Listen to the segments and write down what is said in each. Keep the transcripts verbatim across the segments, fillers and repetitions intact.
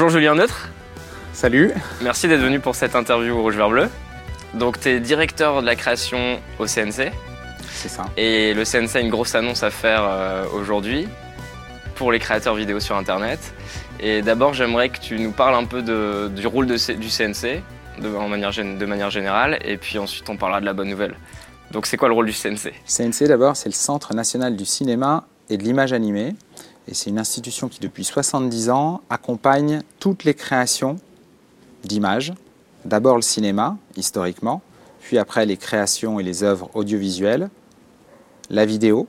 Bonjour Julien Neutre. Salut. Merci d'être venu pour cette interview au Rouge Vert Bleu. Donc tu es directeur de la création au C N C. C'est ça. Et le C N C a une grosse annonce à faire euh, aujourd'hui pour les créateurs vidéo sur Internet. Et d'abord j'aimerais que tu nous parles un peu de, du rôle de, du C N C de, en manière, de manière générale, et puis ensuite on parlera de la bonne nouvelle. Donc c'est quoi le rôle du C N C? Le C N C d'abord, c'est le Centre national du cinéma et de l'image animée. Et c'est une institution qui depuis soixante-dix ans accompagne toutes les créations d'images. D'abord le cinéma, historiquement, puis après les créations et les œuvres audiovisuelles, la vidéo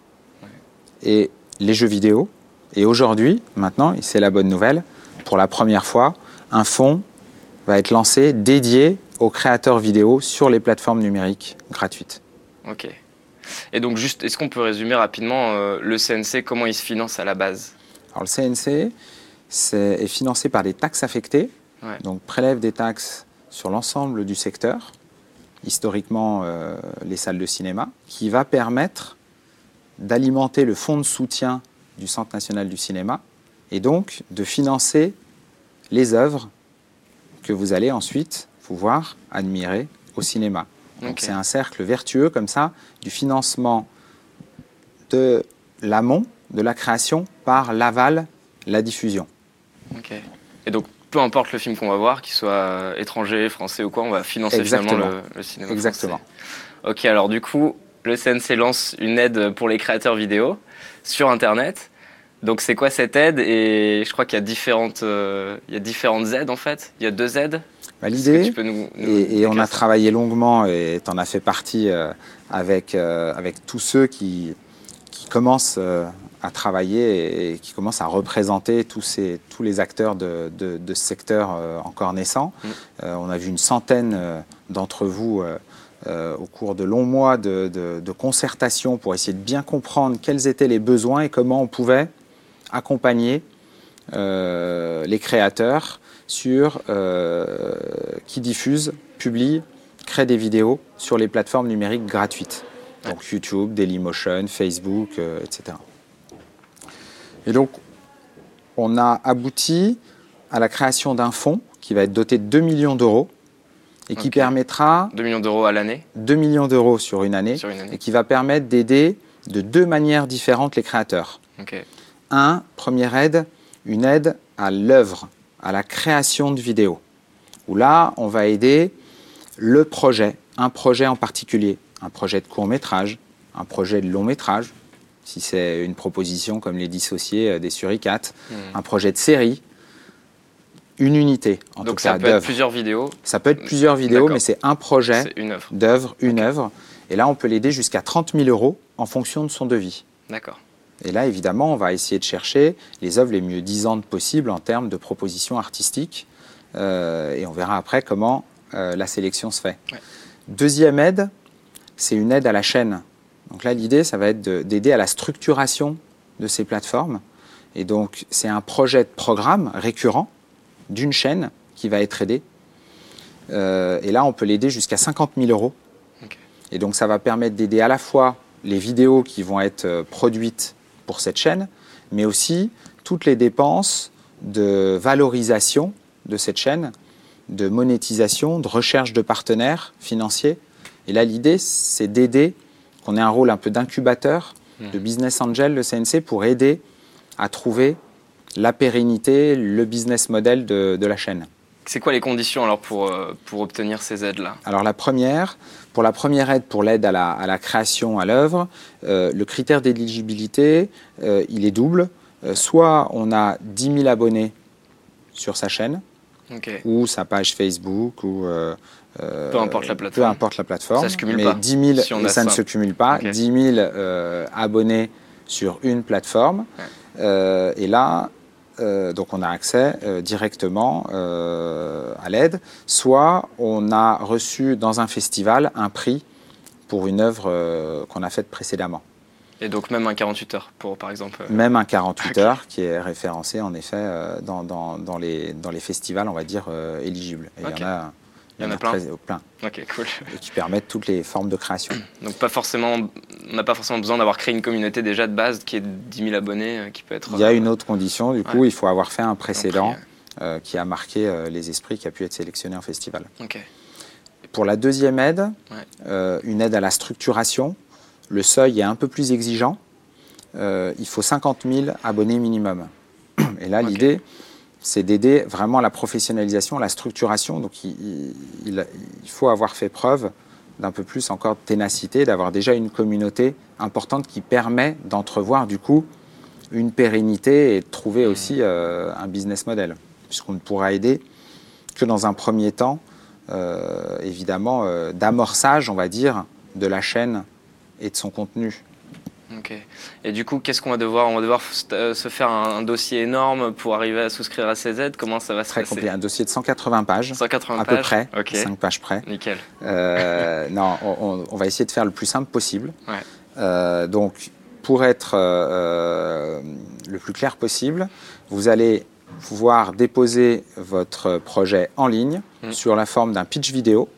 et les jeux vidéo. Et aujourd'hui, maintenant, et c'est la bonne nouvelle, pour la première fois, un fonds va être lancé dédié aux créateurs vidéo sur les plateformes numériques gratuites. Ok. Et donc juste, est-ce qu'on peut résumer rapidement euh, le C N C, comment il se finance à la base? Alors le C N C c'est, est financé par des taxes affectées, ouais. Donc prélève des taxes sur l'ensemble du secteur, historiquement euh, les salles de cinéma, qui va permettre d'alimenter le fonds de soutien du Centre national du cinéma et donc de financer les œuvres que vous allez ensuite pouvoir admirer au cinéma. Donc okay. C'est un cercle vertueux comme ça du financement de l'amont, de la création, par l'aval, la diffusion. Ok. Et donc peu importe le film qu'on va voir, qu'il soit étranger, français ou quoi, on va financer Exactement. finalement le, le cinéma Exactement. français. Ok, alors du coup, le C N C lance une aide pour les créateurs vidéo sur Internet. Donc c'est quoi cette aide? Et je crois qu'il y a différentes, euh, il y a différentes aides en fait. Il y a deux aides. Bah, l'idée, nous, nous et, et on a ça. travaillé longuement, et tu en as fait partie euh, avec, euh, avec tous ceux qui, qui commencent euh, à travailler et, et qui commencent à représenter tous, ces, tous les acteurs de, de, de ce secteur euh, encore naissant. Mmh. Euh, on a vu une centaine euh, d'entre vous euh, euh, au cours de longs mois de, de, de concertation pour essayer de bien comprendre quels étaient les besoins et comment on pouvait accompagner euh, les créateurs sur euh, qui diffusent, publient, créent des vidéos sur les plateformes numériques gratuites. Donc YouTube, Dailymotion, Facebook, euh, et cetera. Et donc, on a abouti à la création d'un fonds qui va être doté de deux millions d'euros et qui okay. permettra... deux millions d'euros à l'année? deux millions d'euros sur une année, sur une année. Et qui va permettre d'aider de deux manières différentes les créateurs. Okay. Un, première aide, une aide à l'œuvre, à la création de vidéos, où là, on va aider le projet, un projet en particulier, un projet de court-métrage, un projet de long-métrage, si c'est une proposition comme Les Dissociés des Suricates, mmh. un projet de série, une unité, en Donc tout ça cas, peut être plusieurs vidéos? Ça peut être plusieurs vidéos, mais c'est un projet d'œuvre, une okay. œuvre, et là, on peut l'aider jusqu'à trente mille euros en fonction de son devis. D'accord. Et là, évidemment, on va essayer de chercher les œuvres les mieux disantes possibles en termes de propositions artistiques. Euh, et on verra après comment euh, la sélection se fait. Ouais. Deuxième aide, c'est une aide à la chaîne. Donc là, l'idée, ça va être d'aider à la structuration de ces plateformes. Et donc, c'est un projet de programme récurrent d'une chaîne qui va être aidé. Euh, et là, on peut l'aider jusqu'à cinquante mille euros. Okay. Et donc, ça va permettre d'aider à la fois les vidéos qui vont être euh, produites pour cette chaîne, mais aussi toutes les dépenses de valorisation de cette chaîne, de monétisation, de recherche de partenaires financiers. Et là, l'idée, c'est d'aider, qu'on ait un rôle un peu d'incubateur, mmh. de business angel, le C N C, pour aider à trouver la pérennité, le business model de, de la chaîne. C'est quoi les conditions alors pour, pour obtenir ces aides-là? Alors la première, pour la première aide, pour l'aide à la, à la création, à l'œuvre, euh, le critère d'éligibilité, euh, il est double. Euh, soit on a dix mille abonnés sur sa chaîne, okay. ou sa page Facebook, ou... Euh, euh, peu importe la plateforme. Peu importe la plateforme. Ça se cumule mais pas. dix mille, si on et ça ne se cumule pas. Okay. dix mille euh, abonnés sur une plateforme. Ouais. Euh, et là... Euh, donc on a accès euh, directement euh, à l'aide, soit on a reçu dans un festival un prix pour une œuvre euh, qu'on a faite précédemment. Et donc même un quarante-huit heures, pour, par exemple euh... Même un quarante-huit okay. heures qui est référencé en effet euh, dans, dans, dans, les, dans les festivals, on va dire, euh, éligibles. Et okay. il y en a, il y en a plein. Très, plein. Ok, cool. Et qui permettent toutes les formes de création. Donc pas forcément, on n'a pas forcément besoin d'avoir créé une communauté déjà de base qui est de dix mille abonnés, qui peut être... Il y a une autre condition, du coup, ouais. il faut avoir fait un précédent. euh, qui a marqué euh, les esprits, qui a pu être sélectionné en festival. Okay. Pour la deuxième aide, ouais. euh, une aide à la structuration, le seuil est un peu plus exigeant. Euh, il faut cinquante mille abonnés minimum. Et là, okay. l'idée, c'est d'aider vraiment la professionnalisation, la structuration. Donc, il, il, il faut avoir fait preuve d'un peu plus encore de ténacité, d'avoir déjà une communauté importante qui permet d'entrevoir du coup une pérennité et de trouver aussi euh, un business model, puisqu'on ne pourra aider que dans un premier temps, euh, évidemment, euh, d'amorçage, on va dire, de la chaîne et de son contenu. Ok. Et du coup, qu'est-ce qu'on va devoir ? On va devoir se faire un, un dossier énorme pour arriver à souscrire à ces aides. Comment ça va se Très passer ? compliqué. Un dossier de cent quatre-vingts pages, cent quatre-vingts à pages. peu près, okay. cinq pages près. Nickel. Euh, non, on, on va essayer de faire le plus simple possible. Ouais. Euh, donc, pour être euh, le plus clair possible, vous allez pouvoir déposer votre projet en ligne mmh. sur la forme d'un pitch vidéo,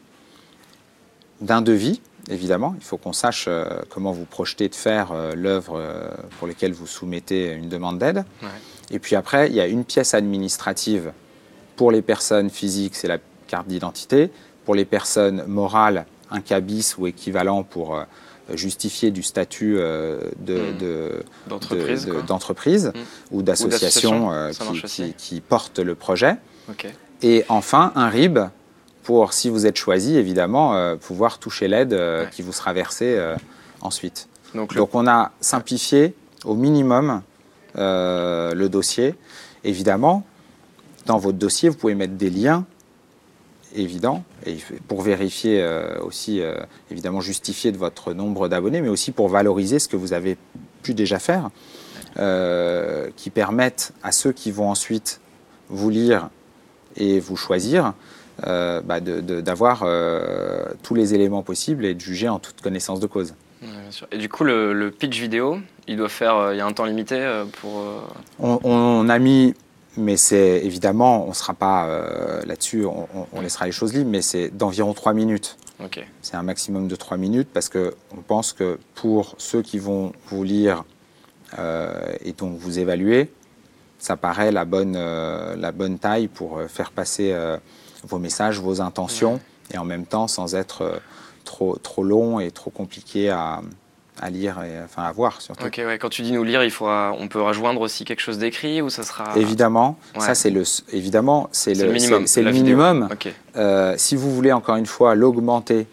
d'un devis. Évidemment, il faut qu'on sache euh, comment vous projetez de faire euh, l'œuvre euh, pour laquelle vous soumettez une demande d'aide. Ouais. Et puis après, il y a une pièce administrative pour les personnes physiques, c'est la carte d'identité. Pour les personnes morales, un cabis ou équivalent pour euh, justifier du statut euh, de, mmh. de, d'entreprise, de, de, d'entreprise mmh. ou d'association euh, qui, qui, qui porte le projet. Okay. Et enfin, un R I B pour, si vous êtes choisi, évidemment, euh, pouvoir toucher l'aide euh, ouais. qui vous sera versée euh, ensuite. Donc, Donc le... on a simplifié au minimum euh, le dossier. Évidemment, dans votre dossier, vous pouvez mettre des liens évidents et pour vérifier euh, aussi, euh, évidemment, justifier de votre nombre d'abonnés, mais aussi pour valoriser ce que vous avez pu déjà faire, euh, qui permettent à ceux qui vont ensuite vous lire et vous choisir, Euh, bah de, de, d'avoir euh, tous les éléments possibles et de juger en toute connaissance de cause. Ouais, bien sûr. Et du coup, le, le pitch vidéo, il doit faire, euh, il y a un temps limité euh, pour... Euh... On, on a mis, mais c'est évidemment, on ne sera pas euh, là-dessus, on, on, on laissera les choses libres, mais c'est d'environ trois minutes. Okay. C'est un maximum de trois minutes parce qu'on pense que pour ceux qui vont vous lire euh, et donc vous évaluer, ça paraît la bonne, euh, la bonne taille pour faire passer... Euh, vos messages, vos intentions, ouais. et en même temps sans être euh, trop, trop long et trop compliqué à, à lire et enfin à voir surtout. Ok, ouais. Quand tu dis nous lire, il faudra, on peut rejoindre aussi quelque chose d'écrit ou ça sera... Évidemment, ouais. ça c'est le, évidemment, c'est c'est le, le minimum. C'est, c'est le minimum. Okay. Euh, si vous voulez encore une fois l'augmenter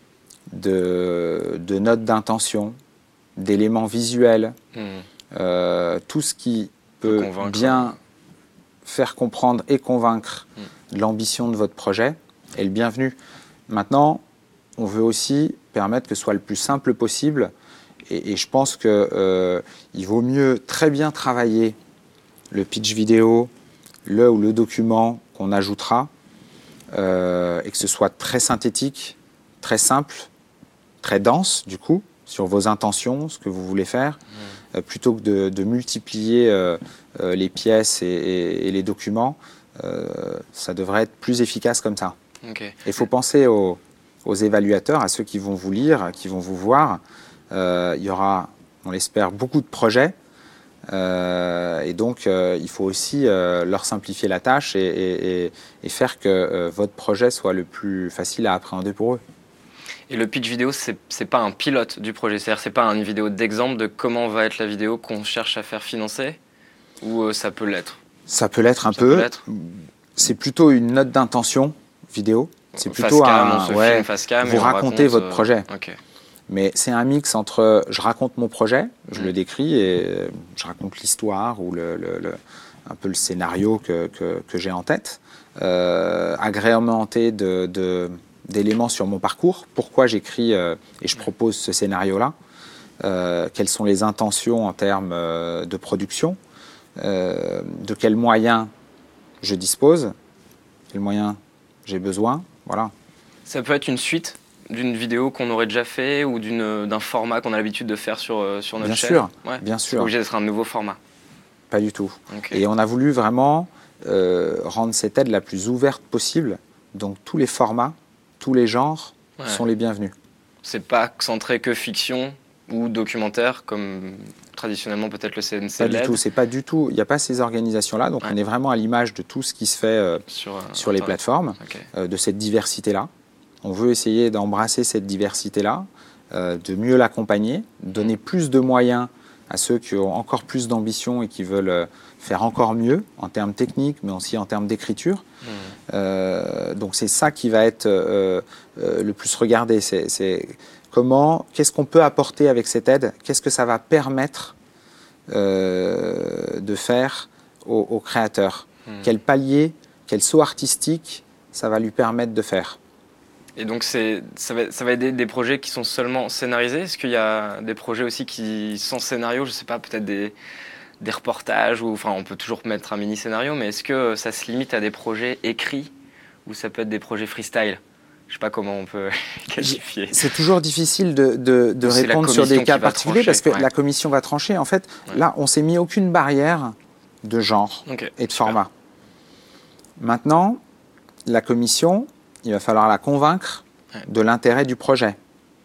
de, de notes d'intention, d'éléments visuels, mmh. euh, tout ce qui peut bien faire comprendre et convaincre mmh. l'ambition de votre projet est le bienvenu. Maintenant, on veut aussi permettre que ce soit le plus simple possible et, et je pense qu'il euh, vaut mieux très bien travailler le pitch vidéo, le ou le document qu'on ajoutera euh, et que ce soit très synthétique, très simple, très dense du coup, sur vos intentions, ce que vous voulez faire, mmh. euh, plutôt que de, de multiplier euh, euh, les pièces et, et, et les documents. Euh, ça devrait être plus efficace comme ça. Il okay. faut penser aux, aux évaluateurs, à ceux qui vont vous lire, qui vont vous voir. Euh, il y aura, on l'espère, beaucoup de projets. Euh, et donc, euh, il faut aussi euh, leur simplifier la tâche et, et, et faire que euh, votre projet soit le plus facile à appréhender pour eux. Et le pitch vidéo, c'est, c'est pas un pilote du projet, c'est-à-dire c'est pas une vidéo d'exemple de comment va être la vidéo qu'on cherche à faire financer, ou euh, ça peut l'être? Ça peut l'être un ça peu. Peut l'être. C'est plutôt une note d'intention vidéo. C'est plutôt cam, un, ouais, cam vous racontez raconte, votre euh... projet. Okay. Mais c'est un mix entre je raconte mon projet, je mmh. le décris et je raconte l'histoire ou le, le, le, un peu le scénario que, que, que j'ai en tête, euh, agrémenté de, de, d'éléments sur mon parcours, pourquoi j'écris euh, et je propose ce scénario-là, euh, quelles sont les intentions en termes euh, de production, euh, de quels moyens je dispose, quels moyens j'ai besoin, voilà. Ça peut être une suite d'une vidéo qu'on aurait déjà fait ou d'une, d'un format qu'on a l'habitude de faire sur, sur notre bien chaîne. Sûr, ouais. Bien sûr. C'est obligé d'être un nouveau format. Pas du tout. Okay. Et on a voulu vraiment euh, rendre cette aide la plus ouverte possible. Donc tous les formats, tous les genres ouais. sont les bienvenus. C'est pas centré que fiction ou documentaire comme traditionnellement peut-être le C N C Pas L E D. du tout, c'est pas du tout, il n'y a pas ces organisations-là, donc ouais. on est vraiment à l'image de tout ce qui se fait euh, sur, euh, sur les plateformes, okay. euh, de cette diversité-là. On veut essayer d'embrasser cette diversité-là, euh, de mieux l'accompagner, donner mmh. plus de moyens à ceux qui ont encore plus d'ambition et qui veulent faire encore mieux en termes techniques, mais aussi en termes d'écriture. Mmh. Euh, donc c'est ça qui va être euh, euh, le plus regardé. C'est, c'est comment, qu'est-ce qu'on peut apporter avec cette aide? Qu'est-ce que ça va permettre euh, de faire aux, aux créateurs? Mmh. Quel palier, quel saut artistique ça va lui permettre de faire? Et donc, c'est, ça, va, ça va être des, des projets qui sont seulement scénarisés? Est-ce qu'il y a des projets aussi qui sont scénarios? Je ne sais pas, peut-être des, des reportages ou, enfin, on peut toujours mettre un mini-scénario, mais est-ce que ça se limite à des projets écrits ou ça peut être des projets freestyle? Je ne sais pas comment on peut qualifier. C'est toujours difficile de, de, de répondre sur des cas particuliers parce que ouais. la commission va trancher. En fait, ouais. là, on ne s'est mis aucune barrière de genre okay, et de super. format. Maintenant, la commission... il va falloir la convaincre ouais. de l'intérêt du projet.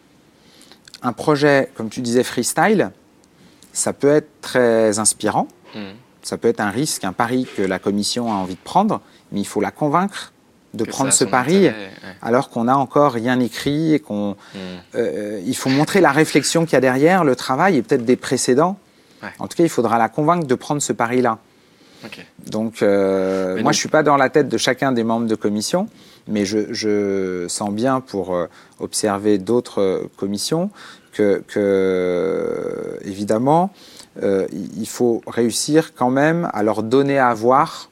Un projet, comme tu disais, freestyle, ça peut être très inspirant, mmh. ça peut être un risque, un pari que la commission a envie de prendre, mais il faut la convaincre de que prendre ce pari intérêt, ouais. alors qu'on n'a encore rien écrit et qu'on, mmh. euh, il faut montrer la réflexion qu'il y a derrière, le travail et peut-être des précédents. Ouais. En tout cas, il faudra la convaincre de prendre ce pari-là. Okay. Donc, euh, moi, donc... je ne suis pas dans la tête de chacun des membres de commission, mais je, je sens bien, pour euh, observer d'autres euh, commissions, que, que évidemment, euh, il faut réussir quand même à leur donner à voir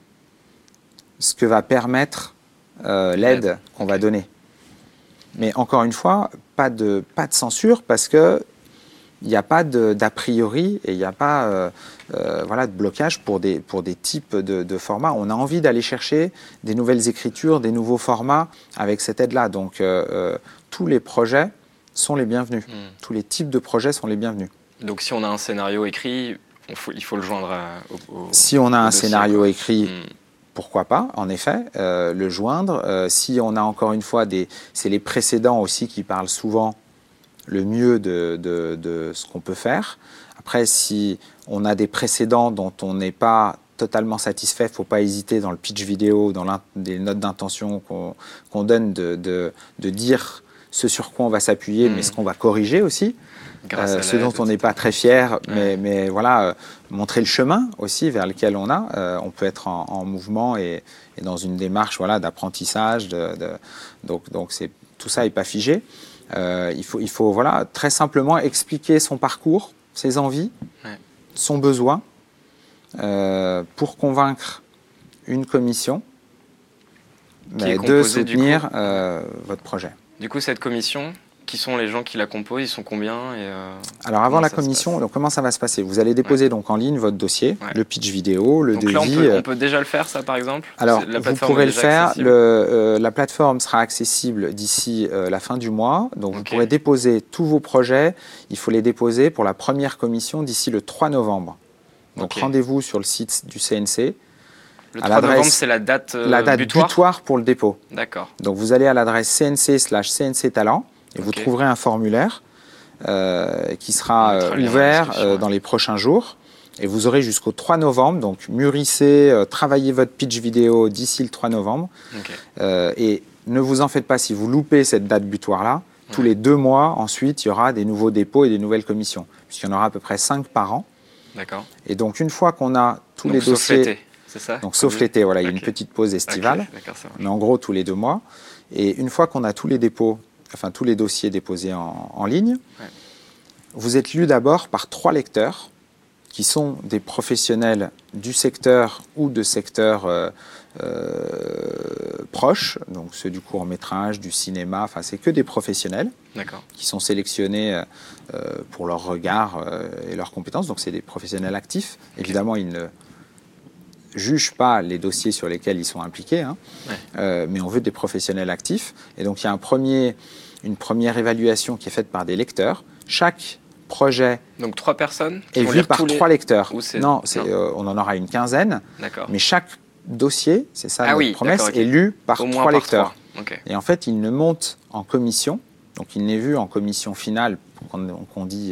ce que va permettre euh, l'aide qu'on okay. va donner. Mais encore une fois, pas de, pas de censure, parce que il n'y a pas d'a priori et il n'y a pas euh, euh, voilà, de blocage pour des, pour des types de, de formats. On a envie d'aller chercher des nouvelles écritures, des nouveaux formats avec cette aide-là. Donc, euh, euh, tous les projets sont les bienvenus. Mmh. Tous les types de projets sont les bienvenus. Donc, si on a un scénario écrit, on faut, il faut le joindre à, au, au Si on a un dossier, scénario quoi. écrit, mmh. pourquoi pas, en effet, euh, le joindre. Euh, si on a encore une fois, des, c'est les précédents aussi qui parlent souvent le mieux de, de, de ce qu'on peut faire. Après, si on a des précédents dont on n'est pas totalement satisfait, il ne faut pas hésiter dans le pitch vidéo, dans les notes d'intention qu'on qu'on donne, de, de, de dire ce sur quoi on va s'appuyer, mmh. mais ce qu'on va corriger aussi, euh, ce dont on n'est pas très fier, ouais. mais, mais voilà, euh, montrer le chemin aussi vers lequel on a. Euh, on peut être en, en mouvement et, et dans une démarche voilà, d'apprentissage. De, de, donc, donc c'est, tout ça n'est pas figé. Euh, il faut, il faut voilà, très simplement expliquer son parcours, ses envies, ouais. son besoin, euh, pour convaincre une commission mais de soutenir coup, euh, votre projet. Du coup, cette commission, qui sont les gens qui la composent? Ils sont combien et euh, Alors, avant la commission, donc, comment ça va se passer? Vous allez déposer ouais. donc, en ligne votre dossier, ouais. le pitch vidéo, le donc devis. Là, on peut, on peut déjà le faire, ça, par exemple? Alors, vous pourrez le faire. Le, euh, la plateforme sera accessible d'ici euh, la fin du mois. Donc, okay. vous pourrez déposer tous vos projets. Il faut les déposer pour la première commission d'ici le trois novembre. Donc, okay. rendez-vous sur le site du C N C. Le trois novembre, c'est la date euh, La date butoir, butoir pour le dépôt. D'accord. Donc, vous allez à l'adresse C N C slash C N C Talent. Et okay. vous trouverez un formulaire euh, qui sera euh, ouvert euh, dans les prochains jours. Et vous aurez jusqu'au trois novembre. Donc, mûrissez, euh, travaillez votre pitch vidéo d'ici le trois novembre. Okay. Euh, et ne vous en faites pas si vous loupez cette date butoir-là. Ouais. Tous les deux mois, ensuite, il y aura des nouveaux dépôts et des nouvelles commissions. Puisqu'il y en aura à peu près cinq par an. D'accord. Et donc, une fois qu'on a tous donc, les sauf dossiers... L'été, c'est ça? Donc, sauf l'été, voilà. Okay. Il y a une petite pause estivale. Okay. Mais en gros, tous les deux mois. Et une fois qu'on a tous les dépôts, enfin tous les dossiers déposés en, en ligne, ouais. vous êtes lu d'abord par trois lecteurs qui sont des professionnels du secteur ou de secteurs euh, euh, proches, donc ceux du court-métrage, du cinéma, enfin c'est que des professionnels qui sont sélectionnés euh, pour leur regard euh, et leurs compétences, donc c'est des professionnels actifs. Okay. Évidemment, ils ne jugent pas les dossiers sur lesquels ils sont impliqués, hein, ouais. euh, mais on veut des professionnels actifs. Et donc, il y a un premier, une première évaluation qui est faite par des lecteurs. Chaque projet donc, trois personnes est vu par trois les... lecteurs. Non, c'est, non. Euh, on en aura une quinzaine, mais chaque dossier, c'est ça ah notre oui, promesse, okay. est lu par Au trois lecteurs. Par okay. Et en fait, il ne monte en commission, donc il n'est vu en commission finale, qu'on, qu'on dit euh,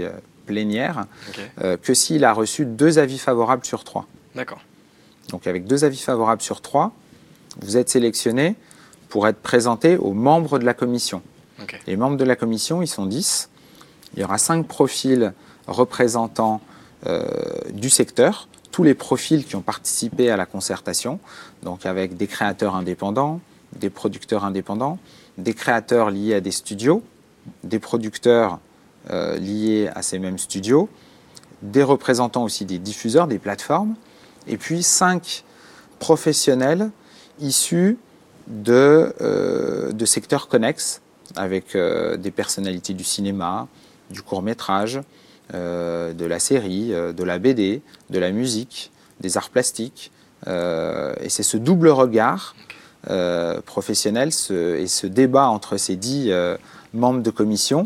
plénière okay. euh, que s'il a reçu deux avis favorables sur trois. D'accord. Donc avec deux avis favorables sur trois, vous êtes sélectionné pour être présenté aux membres de la commission. Okay. Les membres de la commission, ils sont dix. Il y aura cinq profils représentants euh, du secteur, tous les profils qui ont participé à la concertation, donc avec des créateurs indépendants, des producteurs indépendants, des créateurs liés à des studios, des producteurs euh, liés à ces mêmes studios, des représentants aussi des diffuseurs, des plateformes, et puis cinq professionnels issus de, euh, de secteurs connexes, avec euh, des personnalités du cinéma, du court-métrage, euh, de la série, euh, de la B D, de la musique, des arts plastiques. Euh, et c'est ce double regard euh, professionnel ce, et ce débat entre ces dix euh, membres de commission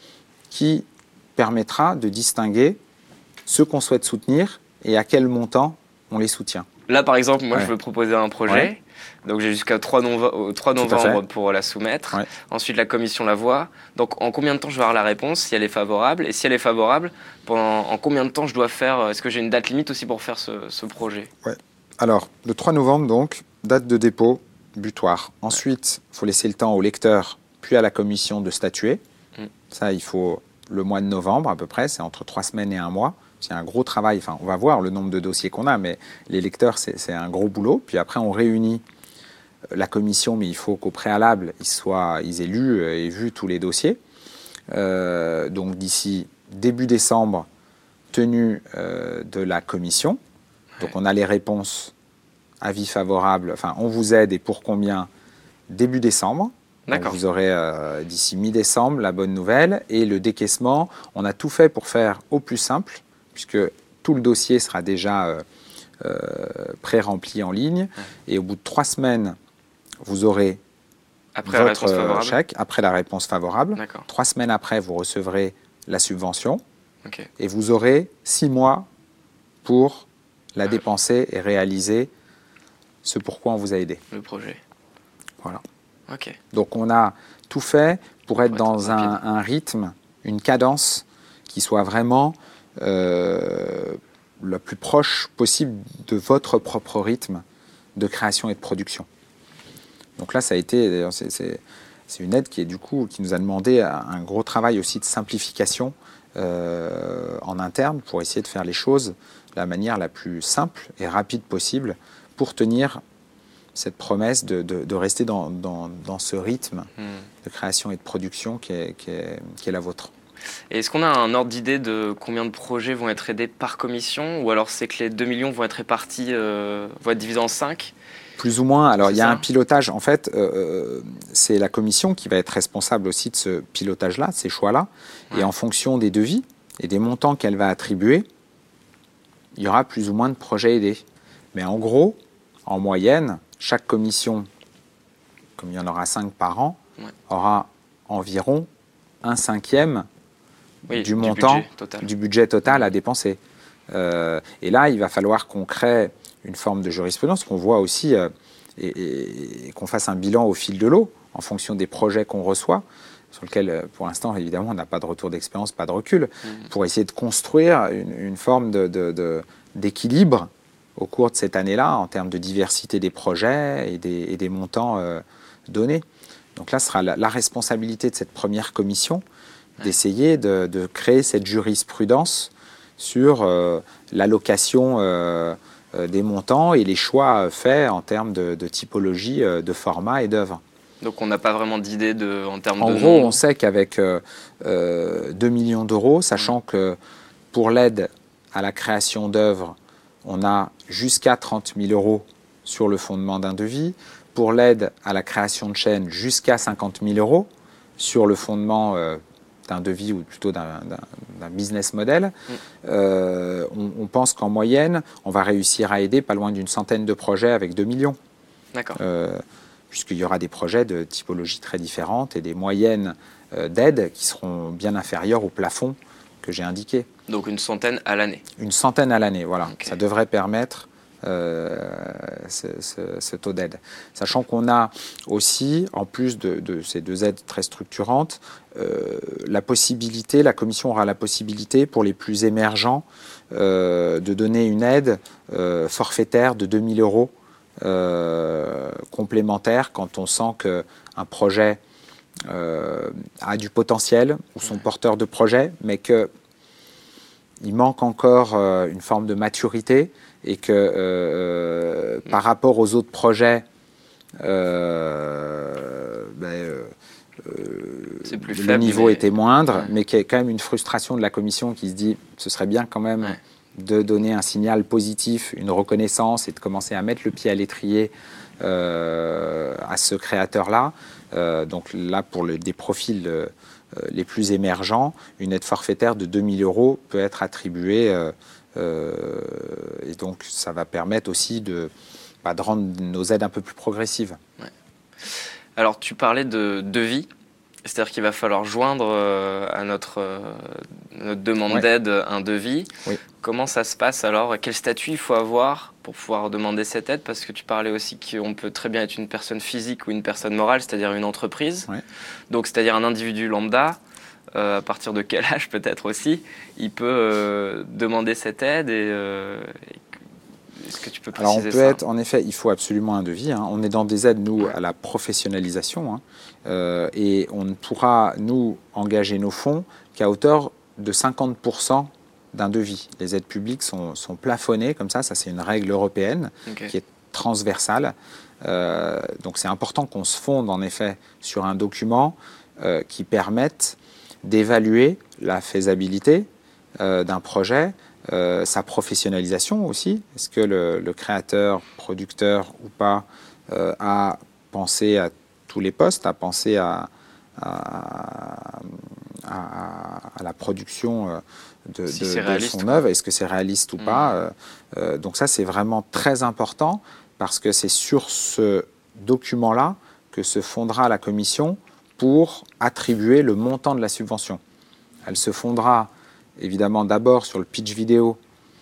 qui permettra de distinguer ceux qu'on souhaite soutenir et à quel montant on les soutient. Là, par exemple, moi, ouais. je veux proposer un projet. Ouais. Donc, j'ai jusqu'à trois novembre pour la soumettre. Ouais. Ensuite, la commission la voit. Donc, en combien de temps je vais avoir la réponse, si elle est favorable? Et si elle est favorable, pendant, en combien de temps je dois faire? Est-ce que j'ai une date limite aussi pour faire ce, ce projet? Ouais. Alors, le trois novembre, donc, date de dépôt, butoir. Ensuite, il faut laisser le temps au lecteur, puis à la commission de statuer. Mm. Ça, il faut le mois de novembre, à peu près. C'est entre trois semaines et un mois. C'est un gros travail. Enfin, on va voir le nombre de dossiers qu'on a, mais les lecteurs, c'est un gros boulot. Puis après, on réunit la commission, mais il faut qu'au préalable, ils, soient, ils aient lu et vu tous les dossiers. Euh, donc d'ici début décembre, tenue euh, de la commission. Donc on a les réponses, avis favorables, enfin on vous aide et pour combien début décembre. Donc vous aurez euh, d'ici mi-décembre la bonne nouvelle. Et le décaissement, on a tout fait pour faire au plus simple, puisque tout le dossier sera déjà euh, euh, pré-rempli en ligne. Et au bout de trois semaines, vous aurez après votre la chèque, après la réponse favorable. Trois semaines après, vous recevrez la subvention. Okay. Et vous aurez six mois pour la dépenser et réaliser ce pourquoi on vous a aidé. Le projet. Voilà. Okay. Donc on a tout fait pour être pour dans être un, un rythme, une cadence qui soit vraiment euh, le plus proche possible de votre propre rythme de création et de production. Donc là, ça a été, c'est une aide qui est du coup qui nous a demandé un gros travail aussi de simplification euh, en interne pour essayer de faire les choses de la manière la plus simple et rapide possible pour tenir cette promesse de, de, de rester dans, dans, dans ce rythme mmh. de création et de production qui est, qui est, qui est la vôtre. Est-ce qu'on a un ordre d'idée de combien de projets vont être aidés par commission, ou alors c'est que les deux millions vont être répartis, euh, vont être divisés en cinq? Plus ou moins. Alors, il y a un pilotage. En fait, euh, c'est la commission qui va être responsable aussi de ce pilotage-là, de ces choix-là. Ouais. Et en fonction des devis et des montants qu'elle va attribuer, il y aura plus ou moins de projets aidés. Mais en gros, en moyenne, chaque commission, comme il y en aura cinq par an, ouais. aura environ un cinquième oui, du montant, budget total. du budget total à dépenser. Euh, et là, il va falloir qu'on crée une forme de jurisprudence, qu'on voit aussi euh, et, et, et qu'on fasse un bilan au fil de l'eau en fonction des projets qu'on reçoit, sur lesquels, pour l'instant, évidemment, on n'a pas de retour d'expérience, pas de recul, mmh. pour essayer de construire une, une forme de, de, de, d'équilibre au cours de cette année-là en termes de diversité des projets et des, et des montants euh, donnés. Donc là, ce sera la, la responsabilité de cette première commission ouais. d'essayer de, de créer cette jurisprudence sur euh, l'allocation euh, des montants et les choix faits en termes de, de typologie, de format et d'œuvre. Donc on n'a pas vraiment d'idée de, en termes en de... En gros, nombre. On sait qu'avec euh, euh, deux millions d'euros, sachant mmh. que pour l'aide à la création d'œuvres, on a jusqu'à trente mille euros sur le fondement d'un devis. Pour l'aide à la création de chaînes, jusqu'à cinquante mille euros sur le fondement euh, d'un devis ou plutôt d'un business model. Mmh. Euh, on, on pense qu'en moyenne, on va réussir à aider pas loin d'une centaine de projets avec deux millions. D'accord. Euh, puisqu'il y aura des projets de typologie très différentes et des moyennes euh, d'aide qui seront bien inférieures au plafond que j'ai indiqué. Donc une centaine à l'année. Une centaine à l'année, voilà. Okay. Ça devrait permettre euh, ce, ce, ce taux d'aide. Sachant qu'on a aussi, en plus de, de ces deux aides très structurantes, euh, la possibilité, la Commission aura la possibilité pour les plus émergents euh, de donner une aide euh, forfaitaire de deux mille euros euh, complémentaire quand on sent qu'un projet euh, a du potentiel ou sont porteurs de projet, mais que il manque encore euh, une forme de maturité et que euh, mmh. par rapport aux autres projets, euh, ben, euh, plus le faible, niveau mais... était moindre, ouais. mais qu'il y a quand même une frustration de la Commission qui se dit ce serait bien quand même ouais. de donner un signal positif, une reconnaissance et de commencer à mettre le pied à l'étrier euh, à ce créateur-là. Euh, donc là, pour le, des profils euh, les plus émergents, une aide forfaitaire de deux mille euros peut être attribuée euh, euh, et donc ça va permettre aussi de, bah, de rendre nos aides un peu plus progressives. Ouais. Alors tu parlais de devis, c'est-à-dire qu'il va falloir joindre euh, à notre, euh, notre demande ouais. d'aide un devis. Oui. Comment ça se passe alors? Quel statut il faut avoir pour pouvoir demander cette aide? Parce que tu parlais aussi qu'on peut très bien être une personne physique ou une personne morale, c'est-à-dire une entreprise. Oui. Donc c'est-à-dire un individu lambda, euh, à partir de quel âge peut-être aussi, il peut euh, demander cette aide et, euh, et est-ce que tu peux préciser ça? Alors on peut ça être, en effet, il faut absolument un devis. Hein. On est dans des aides, nous, à la professionnalisation. Hein. Euh, et on ne pourra, nous, engager nos fonds qu'à hauteur de cinquante pour cent d'un devis. Les aides publiques sont, sont plafonnées comme ça. Ça, c'est une règle européenne okay. qui est transversale. Euh, donc c'est important qu'on se fonde, en effet, sur un document euh, qui permette d'évaluer la faisabilité euh, d'un projet, Euh, sa professionnalisation aussi. Est-ce que le, le créateur, producteur ou pas, euh, a pensé à tous les postes, a pensé à, à, à, à la production de, si de, de son œuvre? Est-ce que c'est réaliste ou mmh. pas? euh, Donc ça, c'est vraiment très important parce que c'est sur ce document-là que se fondera la commission pour attribuer le montant de la subvention. Elle se fondera évidemment d'abord sur le pitch vidéo,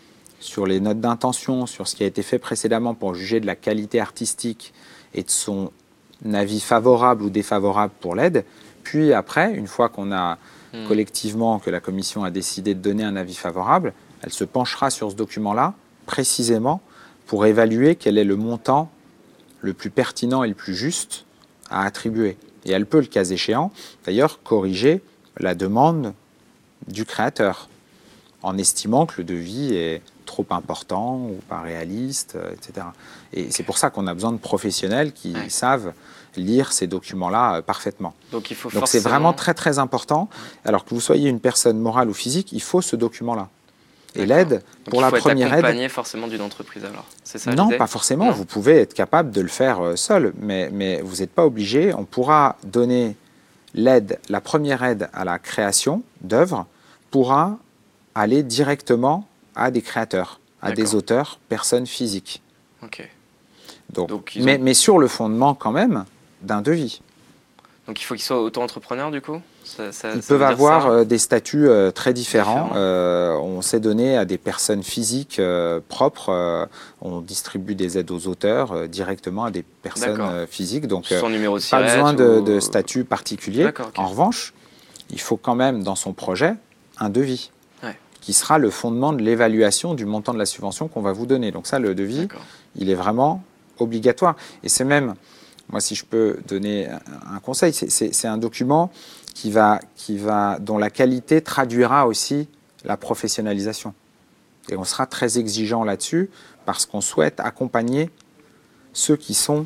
sur les notes d'intention, sur ce qui a été fait précédemment pour juger de la qualité artistique et de son avis favorable ou défavorable pour l'aide. Puis après, une fois qu'on a mmh. collectivement, que la commission a décidé de donner un avis favorable, elle se penchera sur ce document-là précisément pour évaluer quel est le montant le plus pertinent et le plus juste à attribuer. Et elle peut, le cas échéant, d'ailleurs, corriger la demande du créateur, en estimant que le devis est trop important ou pas réaliste, et cetera. Et c'est pour ça qu'on a besoin de professionnels qui ouais. savent lire ces documents-là euh, parfaitement. Donc il faut Donc forcément... c'est vraiment très très important. Alors que vous soyez une personne morale ou physique, il faut ce document-là. Et l'aide, pour la première aide... il faut être accompagné forcément d'une entreprise alors, c'est ça Non, pas forcément. Non. Vous pouvez être capable de le faire seul, mais, mais vous n'êtes pas obligé. On pourra donner l'aide, la première aide à la création d'œuvres, pourra aller directement à des créateurs, à des auteurs, personnes physiques. Okay. Donc, Donc, mais, ont... mais sur le fondement quand même d'un devis. Donc il faut qu'ils soient auto-entrepreneurs du coup? ça, ça, Ils ça peuvent avoir euh, des statuts euh, très différents. Différent. Euh, on s'est donné à des personnes physiques euh, propres. Euh, on distribue des aides aux auteurs euh, directement à des personnes euh, physiques. Donc Sans numéro de pas besoin ou... de, de statut particulier. Okay. En revanche, il faut quand même dans son projet un devis. Ouais. Qui sera le fondement de l'évaluation du montant de la subvention qu'on va vous donner. Donc ça, le devis, il est vraiment obligatoire. Et c'est même, moi si je peux donner un conseil, c'est un document qui va, qui va, dont la qualité traduira aussi la professionnalisation. Et on sera très exigeant là-dessus parce qu'on souhaite accompagner ceux qui sont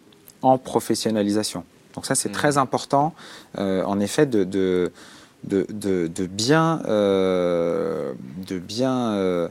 en professionnalisation. Donc ça, c'est mmh. très important, euh, en effet, de... de De, de, de bien, euh, de bien euh,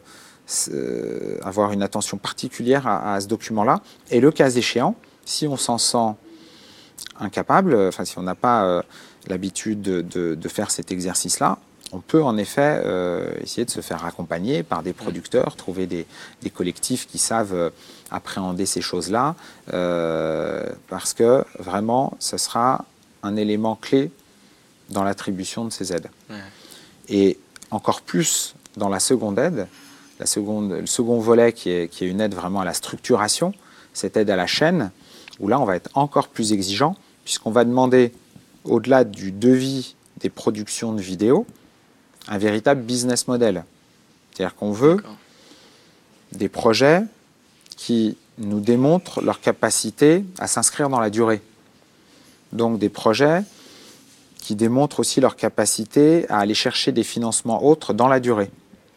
euh, avoir une attention particulière à, à ce document-là. Et le cas échéant, si on s'en sent incapable, enfin si on n'a pas euh, l'habitude de, de, de faire cet exercice-là, on peut en effet euh, essayer de se faire accompagner par des producteurs, trouver des, des collectifs qui savent appréhender ces choses-là, euh, parce que vraiment, ce sera un élément clé dans l'attribution de ces aides. Ouais. Et encore plus dans la seconde aide, la seconde, le second volet qui est, qui est une aide vraiment à la structuration, cette aide à la chaîne, où là, on va être encore plus exigeant, puisqu'on va demander, au-delà du devis des productions de vidéos, un véritable business model. C'est-à-dire qu'on veut des projets qui nous démontrent leur capacité à s'inscrire dans la durée. Donc des projets qui démontrent aussi leur capacité à aller chercher des financements autres dans la durée.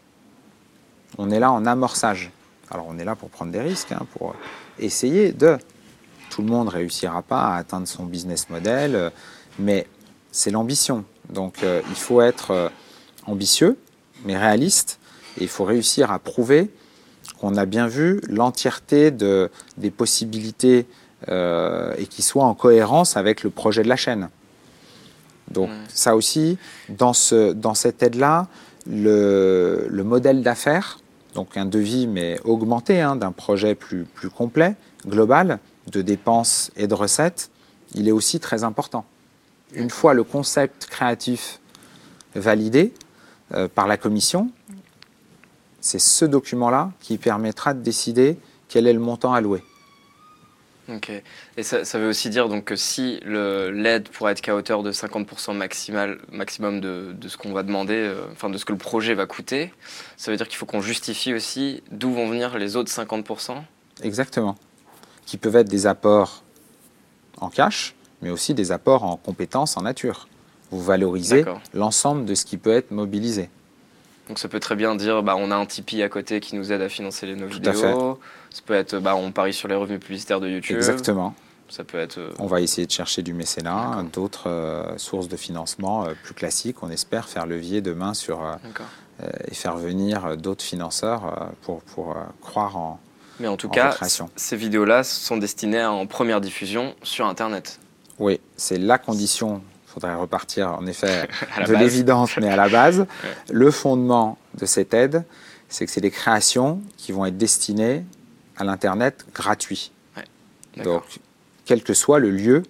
On est là en amorçage. Alors on est là pour prendre des risques, hein, pour essayer de... Tout le monde ne réussira pas à atteindre son business model, euh, mais c'est l'ambition. Donc euh, il faut être euh, ambitieux, mais réaliste, et il faut réussir à prouver qu'on a bien vu l'entièreté de, des possibilités euh, et qui soit en cohérence avec le projet de la chaîne. Donc mmh. ça aussi, dans, ce, dans cette aide-là, le, le modèle d'affaires, donc un devis mais augmenté hein, d'un projet plus, plus complet, global, de dépenses et de recettes, il est aussi très important. Une fois le concept créatif validé euh, par la commission, c'est ce document-là qui permettra de décider quel est le montant alloué. Ok. Et ça, ça veut aussi dire donc que si l'aide pourrait être qu'à hauteur de cinquante pour cent maximal, maximum de, de ce qu'on va demander, euh, enfin de ce que le projet va coûter, ça veut dire qu'il faut qu'on justifie aussi d'où vont venir les autres cinquante pour cent. Exactement. Qui peuvent être des apports en cash, mais aussi des apports en compétences, en nature. Vous valorisez l'ensemble de ce qui peut être mobilisé. Donc ça peut très bien dire, bah, on a un Tipeee à côté qui nous aide à financer les, nos Tout vidéos. Ça peut être, bah, on parie sur les revenus publicitaires de YouTube. Exactement. Ça peut être... Euh... On va essayer de chercher du mécénat, d'autres euh, sources de financement euh, plus classiques. On espère faire levier demain sur, euh, euh, et faire venir d'autres financeurs euh, pour, pour euh, croire en Mais en tout en cas, ces vidéos-là sont destinées en première diffusion sur Internet. Oui, c'est la condition. Il faudrait repartir en effet de l'évidence, mais à la base. Ouais. Le fondement de cette aide, c'est que c'est des créations qui vont être destinées à l'Internet gratuit. Ouais. Donc, quel que soit le lieu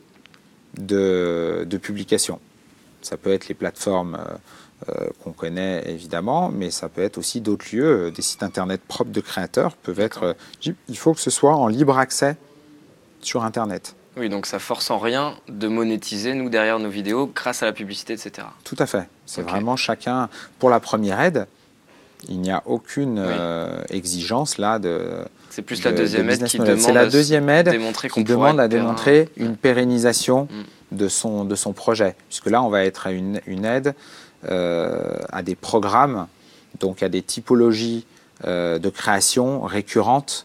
de, de publication. Ça peut être les plateformes euh, euh, qu'on connaît évidemment, mais ça peut être aussi d'autres lieux. Des sites Internet propres de créateurs peuvent être... Euh, il faut que ce soit en libre accès sur Internet. Oui, donc ça force en rien de monétiser, nous, derrière nos vidéos, grâce à la publicité, et cetera. Tout à fait. C'est okay. vraiment chacun... Pour la première aide, il n'y a aucune oui. euh, exigence là de... C'est plus de, la deuxième aide qui demande, C'est la deuxième aide qui demande à démontrer une pérennisation mmh. de, son, de son projet. Puisque là, on va être à une, une aide euh, à des programmes, donc à des typologies euh, de création récurrentes.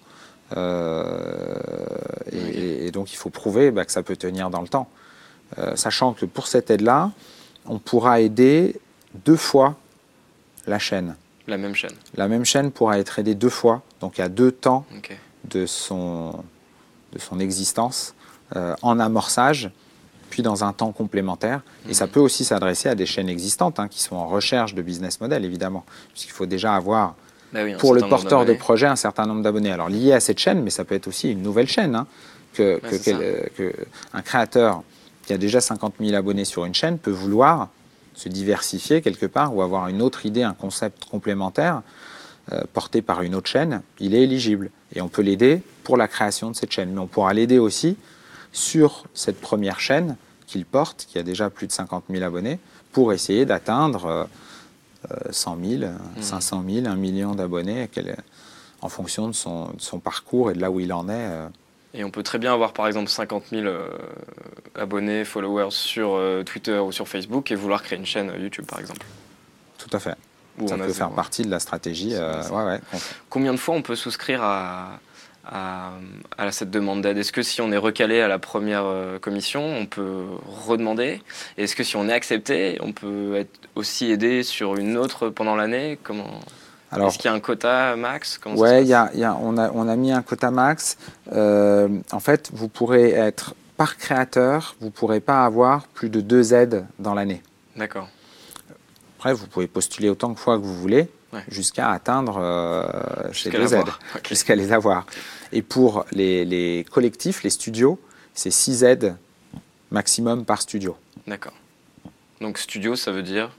Euh, et, oui. et donc, il faut prouver bah, que ça peut tenir dans le temps. Euh, sachant que pour cette aide-là, on pourra aider deux fois la chaîne. La même chaîne. La même chaîne pourra être aidée deux fois, donc à deux temps okay. de, son, de son existence, euh, en amorçage, puis dans un temps complémentaire. Mmh. Et ça peut aussi s'adresser à des chaînes existantes, hein, qui sont en recherche de business model, évidemment, puisqu'il faut déjà avoir... Bah oui, pour le porteur de projet, un certain nombre d'abonnés. Alors lié à cette chaîne, mais ça peut être aussi une nouvelle chaîne. Hein, que, ouais, que, que, que un créateur qui a déjà cinquante mille abonnés sur une chaîne peut vouloir se diversifier quelque part ou avoir une autre idée, un concept complémentaire euh, porté par une autre chaîne. Il est éligible et on peut l'aider pour la création de cette chaîne. Mais on pourra l'aider aussi sur cette première chaîne qu'il porte, qui a déjà plus de cinquante mille abonnés, pour essayer d'atteindre... Euh, cent mille, mmh. cinq cent mille, un million d'abonnés en fonction de son, de son parcours et de là où il en est. Et on peut très bien avoir par exemple cinquante mille euh, abonnés, followers sur euh, Twitter ou sur Facebook et vouloir créer une chaîne YouTube par exemple. Tout à fait. Où ça peut faire zéro. Partie de la stratégie. Euh, ouais, ouais. Combien de fois on peut souscrire à, à, à cette demande d'aide? Est-ce que si on est recalé à la première euh, commission, on peut redemander? Est-ce que si on est accepté, on peut être aussi aidé sur une autre pendant l'année? Comment... Est-ce qu'il y a un quota max? Oui, y a, y a, on, a, on a mis un quota max. Euh, en fait, vous pourrez être par créateur, vous ne pourrez pas avoir plus de deux aides dans l'année. D'accord. Après, vous pouvez postuler autant de fois que vous voulez, ouais. jusqu'à atteindre euh, ces deux aides, okay. jusqu'à les avoir. Et pour les, les collectifs, les studios, c'est six aides maximum par studio. D'accord. Donc studio, ça veut dire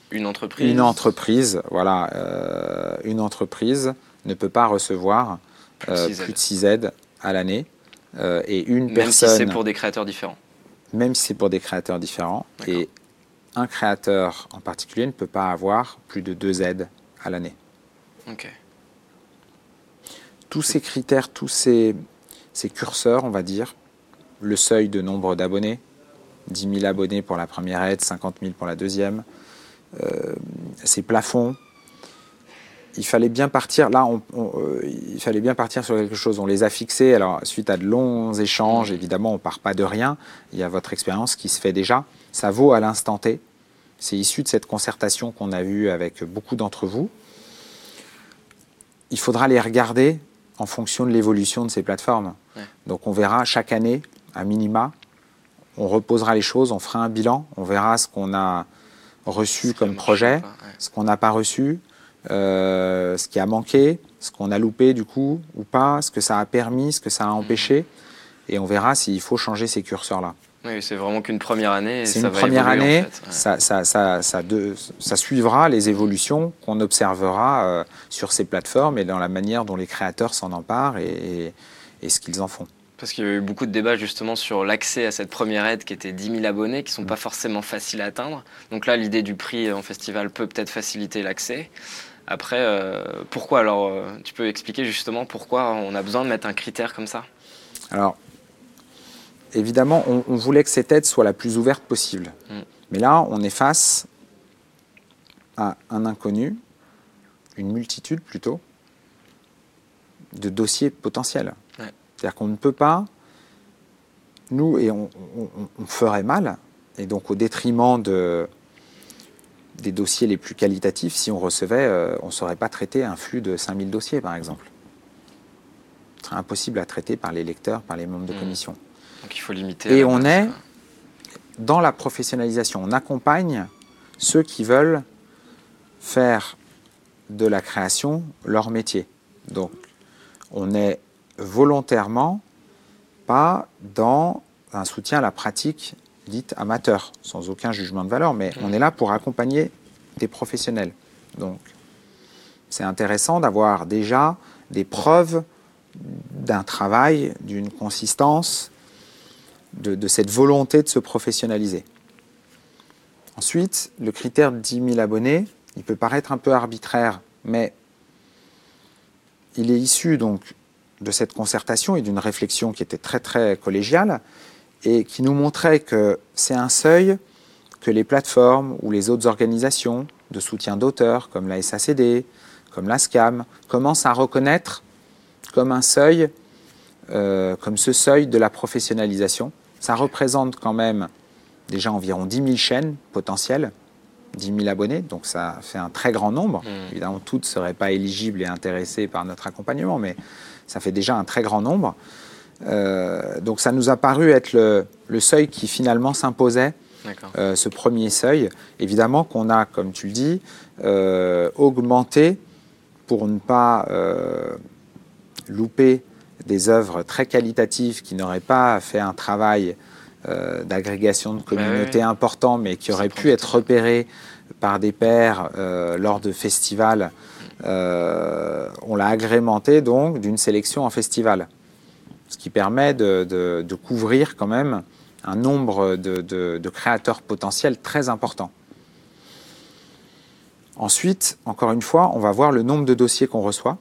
Une entreprise Une entreprise, voilà, euh, une entreprise ne peut pas recevoir plus de six, euh, plus de six aides à l'année. Euh, et une même personne... Même si c'est pour des créateurs différents. Même si c'est pour des créateurs différents. Et un créateur en particulier ne peut pas avoir plus de deux aides à l'année. Ok. Tous ces critères, tous ces, ces curseurs, on va dire, le seuil de nombre d'abonnés, dix mille abonnés pour la première aide, cinquante mille pour la deuxième, euh, ces plafonds, il fallait bien partir, là, on, on, euh, il fallait bien partir sur quelque chose. On les a fixés, alors suite à de longs échanges, évidemment, on ne part pas de rien. Il y a votre expérience qui se fait déjà. Ça vaut à l'instant T. C'est issu de cette concertation qu'on a eue avec beaucoup d'entre vous. Il faudra les regarder en fonction de l'évolution de ces plateformes. Ouais. Donc on verra chaque année, à minima, on reposera les choses, on fera un bilan, on verra ce qu'on a reçu comme projet, pas, ouais. ce qu'on n'a pas reçu, euh, ce qui a manqué, ce qu'on a loupé du coup ou pas, ce que ça a permis, ce que ça a empêché. Mmh. Et on verra s'il faut changer ces curseurs-là. Oui, c'est vraiment qu'une première année. C'est une première année, en fait. ouais. ça, ça, ça, ça, de, ça suivra les évolutions qu'on observera euh, sur ces plateformes et dans la manière dont les créateurs s'en emparent et, et, et ce qu'ils en font. Parce qu'il y a eu beaucoup de débats justement sur l'accès à cette première aide qui était dix mille abonnés, qui ne sont mmh. pas forcément faciles à atteindre. Donc là, l'idée du prix en festival peut peut-être faciliter l'accès. Après, euh, pourquoi alors euh, tu peux expliquer justement pourquoi on a besoin de mettre un critère comme ça? Alors, évidemment, on, on voulait que cette aide soit la plus ouverte possible. Mmh. Mais là, on est face à un inconnu, une multitude plutôt, de dossiers potentiels. Ouais. C'est-à-dire qu'on ne peut pas, nous, et on, on, on ferait mal, et donc au détriment de, des dossiers les plus qualitatifs, si on recevait, euh, on ne saurait pas traiter un flux de cinq mille dossiers, par exemple. Ce serait impossible à traiter par les lecteurs, par les membres de mmh. commission. Donc il faut limiter. Et on base, est quoi. Dans la professionnalisation. On accompagne ceux qui veulent faire de la création leur métier. Donc on n'est volontairement pas dans un soutien à la pratique dite amateur, sans aucun jugement de valeur, mais mmh. on est là pour accompagner des professionnels. Donc c'est intéressant d'avoir déjà des preuves d'un travail, d'une consistance, De, de cette volonté de se professionnaliser. Ensuite, le critère de dix mille abonnés, il peut paraître un peu arbitraire, mais il est issu donc de cette concertation et d'une réflexion qui était très très collégiale et qui nous montrait que c'est un seuil que les plateformes ou les autres organisations de soutien d'auteurs comme la S A C D, comme la SCAM, commencent à reconnaître comme un seuil, euh, comme ce seuil de la professionnalisation. Ça représente quand même déjà environ dix mille chaînes potentielles, dix mille abonnés, donc ça fait un très grand nombre. Mmh. Évidemment, toutes ne seraient pas éligibles et intéressées par notre accompagnement, mais ça fait déjà un très grand nombre. Euh, donc ça nous a paru être le, le seuil qui finalement s'imposait, euh, ce premier seuil. Évidemment qu'on a, comme tu le dis, euh, augmenté pour ne pas euh, louper des œuvres très qualitatives qui n'auraient pas fait un travail euh, d'agrégation de communauté bah oui. important, mais qui auraient pu être repérés par des pairs euh, lors de festivals. Euh, on l'a agrémenté donc d'une sélection en festival, ce qui permet de, de, de couvrir quand même un nombre de, de, de créateurs potentiels très important. Ensuite, encore une fois, on va voir le nombre de dossiers qu'on reçoit.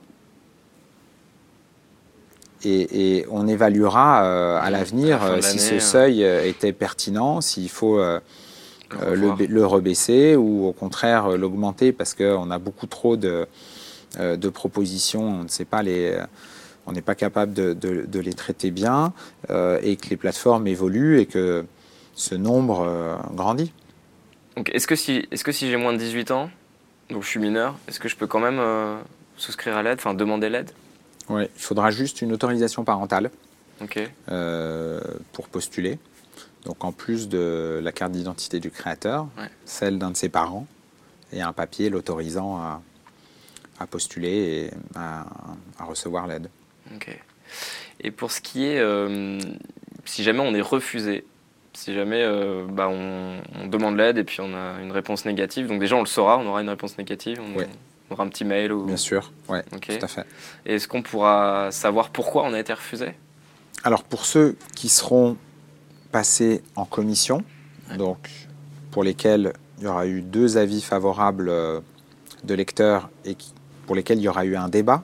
Et, et on évaluera euh, à l'avenir euh, si ce seuil euh, était pertinent, s'il faut euh, le, le, le rebaisser ou au contraire euh, l'augmenter parce qu'on a beaucoup trop de, euh, de propositions, on ne sait pas les, on n'est pas capable de, de, de les traiter bien euh, et que les plateformes évoluent et que ce nombre euh, grandit. Donc, est-ce que si, est-ce que si j'ai moins de dix-huit ans, donc je suis mineur, est-ce que je peux quand même euh, souscrire à l'aide, enfin demander l'aide ? Oui, il faudra juste une autorisation parentale okay. euh, pour postuler. Donc en plus de la carte d'identité du créateur, ouais. celle d'un de ses parents et un papier l'autorisant à, à postuler et à, à recevoir l'aide. Okay. Et pour ce qui est, euh, si jamais on est refusé Si jamais euh, bah, on, on demande l'aide et puis on a une réponse négative, donc déjà on le saura, on aura une réponse négative, on, oui. on aura un petit mail ou... Bien sûr, oui, okay. tout à fait. Et est-ce qu'on pourra savoir pourquoi on a été refusé? Alors pour ceux qui seront passés en commission, ouais. donc pour lesquels il y aura eu deux avis favorables de lecteurs et qui, pour lesquels il y aura eu un débat,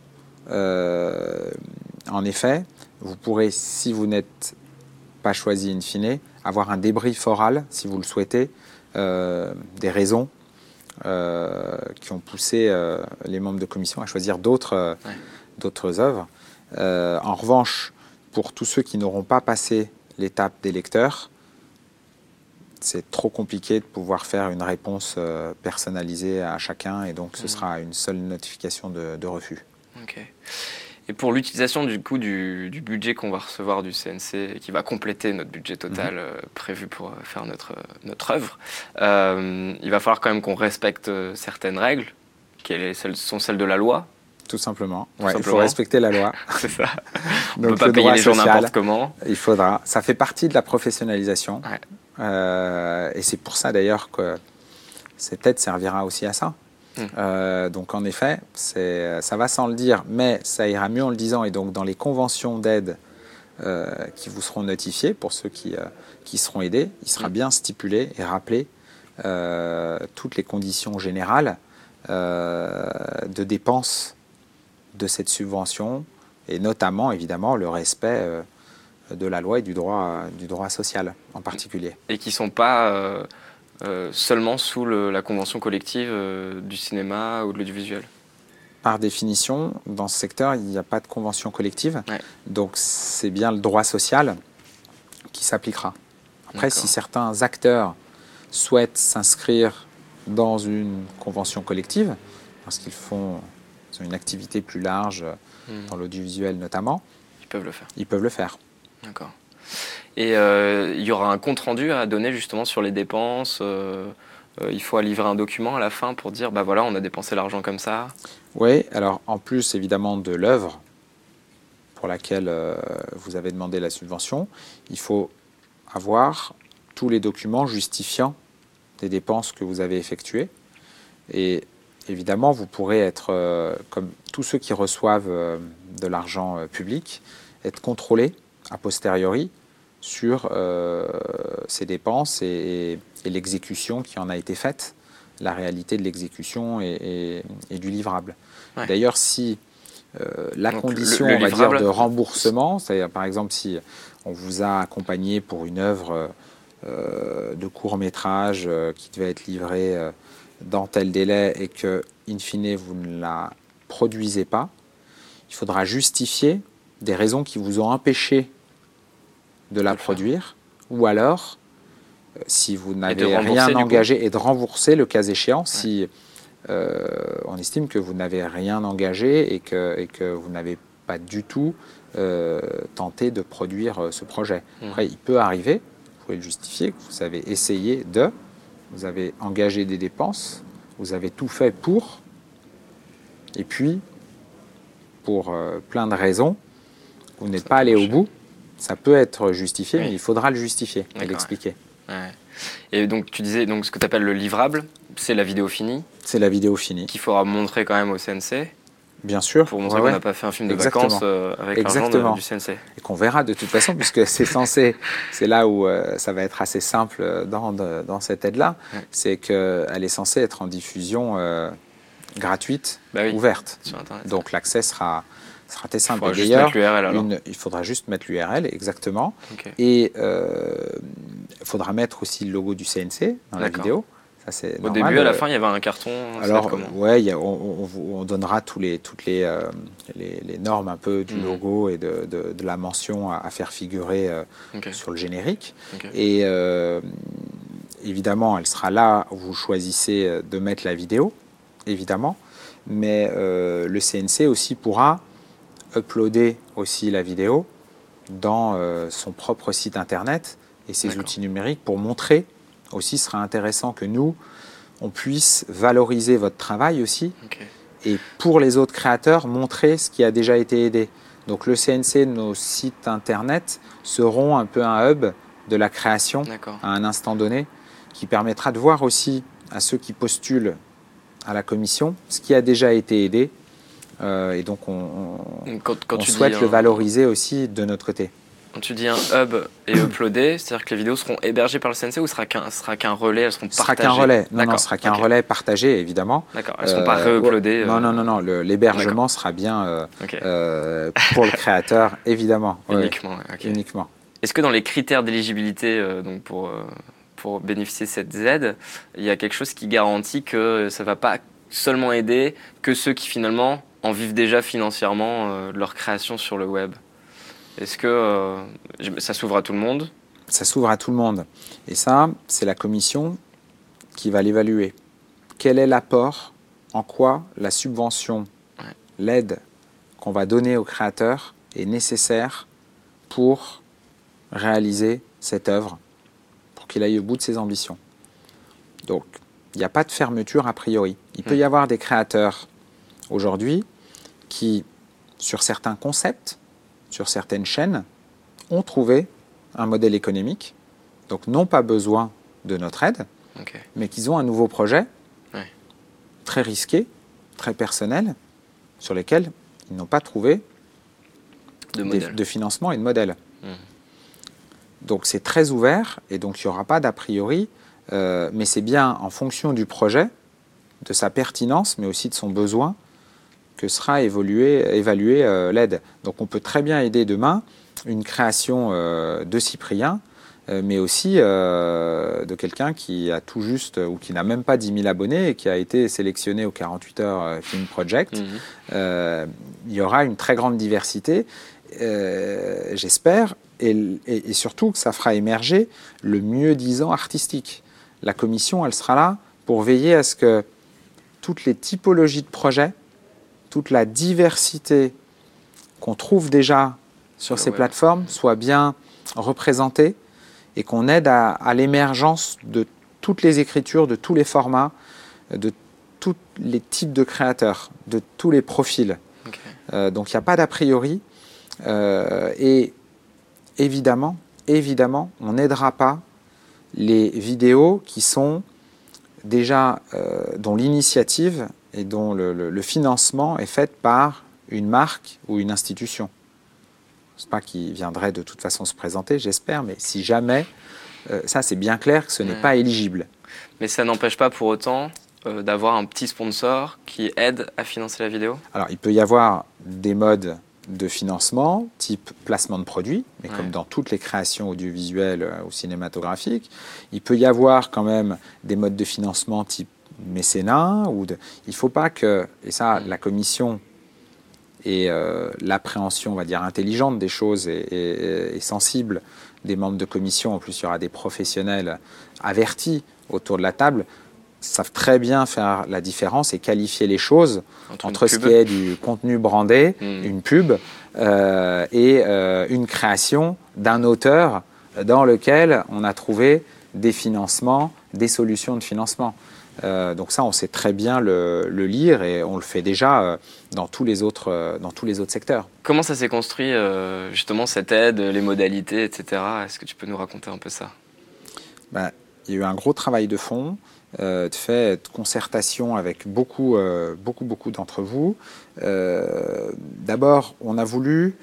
euh, en effet, vous pourrez, si vous n'êtes pas choisi in fine, avoir un débrief oral, si vous le souhaitez, euh, des raisons euh, qui ont poussé euh, les membres de commission à choisir d'autres euh, ouais. d'autres œuvres. Euh, en revanche, pour tous ceux qui n'auront pas passé l'étape des lecteurs, c'est trop compliqué de pouvoir faire une réponse euh, personnalisée à chacun, et donc ce mmh. sera une seule notification de, de refus. Ok. Et pour l'utilisation du coup du, du budget qu'on va recevoir du C N C, qui va compléter notre budget total mmh. euh, prévu pour faire notre, notre œuvre, euh, il va falloir quand même qu'on respecte certaines règles, qui sont celles de la loi. Tout simplement. Tout ouais, simplement. Il faut respecter la loi. C'est ça. On ne Donc, peut pas payer les gens n'importe comment. Il faudra. Ça fait partie de la professionnalisation. Ouais. Euh, et c'est pour ça d'ailleurs que cette aide servira aussi à ça. Mmh. Euh, donc en effet, ça va sans le dire, mais ça ira mieux en le disant. Et donc dans les conventions d'aide euh, qui vous seront notifiées, pour ceux qui, euh, qui seront aidés, il sera mmh. bien stipulé et rappelé euh, toutes les conditions générales euh, de dépenses de cette subvention, et notamment évidemment le respect euh, de la loi et du droit, du droit social en particulier. Et qui ne sont pas euh, euh, seulement sous le, la convention collective euh, du cinéma ou de l'audiovisuel? Par définition, dans ce secteur, il n'y a pas de convention collective, ouais. donc c'est bien le droit social qui s'appliquera. Après, si certains acteurs souhaitent s'inscrire dans une convention collective, parce qu'ils font ils ont une activité plus large, mmh. dans l'audiovisuel notamment, ils peuvent le faire. Ils peuvent le faire. D'accord. Et euh, il y aura un compte-rendu à donner justement sur les dépenses euh, euh, il faut livrer un document à la fin pour dire, bah voilà, on a dépensé l'argent comme ça. Oui, alors en plus évidemment de l'œuvre pour laquelle euh, vous avez demandé la subvention, il faut avoir tous les documents justifiant des dépenses que vous avez effectuées. Et évidemment, vous pourrez être, euh, comme tous ceux qui reçoivent euh, de l'argent euh, public, être contrôlés a posteriori sur euh, ces dépenses et, et, et l'exécution qui en a été faite, la réalité de l'exécution et, et, et du livrable. Ouais. D'ailleurs, si euh, la Donc condition le, le on va dire, de remboursement, c'est-à-dire par exemple si on vous a accompagné pour une œuvre euh, de court-métrage euh, qui devait être livrée euh, dans tel délai et que, in fine, vous ne la produisez pas, il faudra justifier des raisons qui vous ont empêché de la produire, ou alors, euh, si vous n'avez rien engagé, et de rembourser le cas échéant, ouais. si euh, on estime que vous n'avez rien engagé et que, et que vous n'avez pas du tout euh, tenté de produire euh, ce projet. Mmh. Après, il peut arriver, vous pouvez le justifier, que vous avez essayé de, vous avez engagé des dépenses, vous avez tout fait pour, et puis, pour euh, plein de raisons, vous n'êtes pas allé au bout. Ça peut être justifié, oui. mais il faudra le justifier et l'expliquer. Ouais. Ouais. Et donc, tu disais, donc, ce que tu appelles le livrable, c'est la vidéo finie. C'est la vidéo finie. Qu'il faudra montrer quand même au C N C. Bien sûr. Pour montrer ouais, qu'on ouais. n'a pas fait un film de Exactement. vacances euh, avec l'argent du C N C. Et qu'on verra de toute façon, puisque c'est censé, c'est là où euh, ça va être assez simple dans, de, dans cette aide-là, ouais. c'est qu'elle est censée être en diffusion euh, gratuite, bah oui. ouverte. Sur Internet. Donc l'accès sera... Ce sera très simple. Il, D'ailleurs, il faudra juste mettre l'U R L, exactement. Okay. Et euh, il faudra mettre aussi le logo du C N C dans la vidéo. Ça, c'est Au normal. début, à la fin, il y avait un carton. Alors, ouais, y a, on, on, on donnera tous les, toutes les, euh, les, les normes un peu du mmh. logo et de, de, de la mention à, à faire figurer euh, okay. sur le générique. Okay. Et euh, évidemment, elle sera là où vous choisissez de mettre la vidéo, évidemment. Mais euh, le C N C aussi pourra uploader aussi la vidéo dans euh, son propre site internet et ses outils numériques pour montrer aussi, ce sera intéressant que nous, on puisse valoriser votre travail aussi okay. et pour les autres créateurs, montrer ce qui a déjà été aidé. Donc le C N C, nos sites internet seront un peu un hub de la création à un instant donné, qui permettra de voir aussi à ceux qui postulent à la commission ce qui a déjà été aidé. Euh, et donc, on, on, quand, quand on souhaite le valoriser un... aussi de notre côté. Quand tu dis un hub et uploadé, c'est-à-dire que les vidéos seront hébergées par le C N C ou sera qu'un sera qu'un relais, elles seront partagées? Ce sera qu'un relais. Non, non, ce sera qu'un okay. relais partagé, évidemment. D'accord. Elles ne seront euh, pas re-uploadées. Non, non, non, non. L'hébergement sera bien euh, okay. euh, pour le créateur, évidemment. Uniquement. Ouais. Okay. Uniquement. Est-ce que dans les critères d'éligibilité, euh, donc pour euh, pour bénéficier de cette aide, il y a quelque chose qui garantit que ça ne va pas seulement aider que ceux qui finalement en vivent déjà financièrement euh, de leur création sur le web? Est-ce que euh, ça s'ouvre à tout le monde? Ça s'ouvre à tout le monde. Et ça, c'est la commission qui va l'évaluer. Quel est l'apport? En quoi la subvention, ouais. l'aide qu'on va donner aux créateurs est nécessaire pour réaliser cette œuvre, pour qu'il aille au bout de ses ambitions. Donc, il n'y a pas de fermeture a priori. Il peut y avoir des créateurs aujourd'hui qui, sur certains concepts, sur certaines chaînes, ont trouvé un modèle économique, donc n'ont pas besoin de notre aide, okay. mais qu'ils ont un nouveau projet, ouais. très risqué, très personnel, sur lesquels ils n'ont pas trouvé de, des, de financement et de modèle. Mmh. Donc c'est très ouvert, et donc il n'y aura pas d'a priori, euh, mais c'est bien en fonction du projet, de sa pertinence, mais aussi de son besoin, que sera évolué, évaluée euh, l'aide. Donc on peut très bien aider demain une création euh, de Cyprien, euh, mais aussi euh, de quelqu'un qui a tout juste, ou qui n'a même pas dix mille abonnés, et qui a été sélectionné au quarante-huit heures euh, Film Project. Mmh. Euh, il y aura une très grande diversité, euh, j'espère, et, et, et surtout que ça fera émerger le mieux-disant artistique. La commission, elle sera là pour veiller à ce que toutes les typologies de projets, toute la diversité qu'on trouve déjà sur ces plateformes soit bien représentée et qu'on aide à, à l'émergence de toutes les écritures, de tous les formats, de tous les types de créateurs, de tous les profils. Okay. Euh, donc il n'y a pas d'a priori. Euh, et évidemment, évidemment, on n'aidera pas les vidéos qui sont déjà, euh, dont l'initiative et dont le, le, le financement est fait par une marque ou une institution. Ce n'est pas qui viendrait de toute façon se présenter, j'espère, mais si jamais, euh, ça c'est bien clair que ce n'est ouais. pas éligible. Mais ça n'empêche pas pour autant euh, d'avoir un petit sponsor qui aide à financer la vidéo? Alors il peut y avoir des modes de financement, type placement de produits, mais ouais. comme dans toutes les créations audiovisuelles ou cinématographiques. Il peut y avoir quand même des modes de financement type mécénat. Ou de... Il ne faut pas que, et ça, la commission et euh, l'appréhension, on va dire, intelligente des choses et, et, et sensible des membres de commission, en plus il y aura des professionnels avertis autour de la table, savent très bien faire la différence et qualifier les choses entre, entre ce qui est du contenu brandé, mmh. une pub, euh, et euh, une création d'un auteur dans lequel on a trouvé des financements, des solutions de financement. Euh, donc ça, on sait très bien le, le lire et on le fait déjà euh, dans, tous les autres, euh, dans tous les autres secteurs. Comment ça s'est construit, euh, justement, cette aide, les modalités, et cetera. Est-ce que tu peux nous raconter un peu ça? Ben, il y a eu un gros travail de fond. Euh, de fait, de concertation avec beaucoup, euh, beaucoup, beaucoup d'entre vous. Euh, D'abord, on a voulu,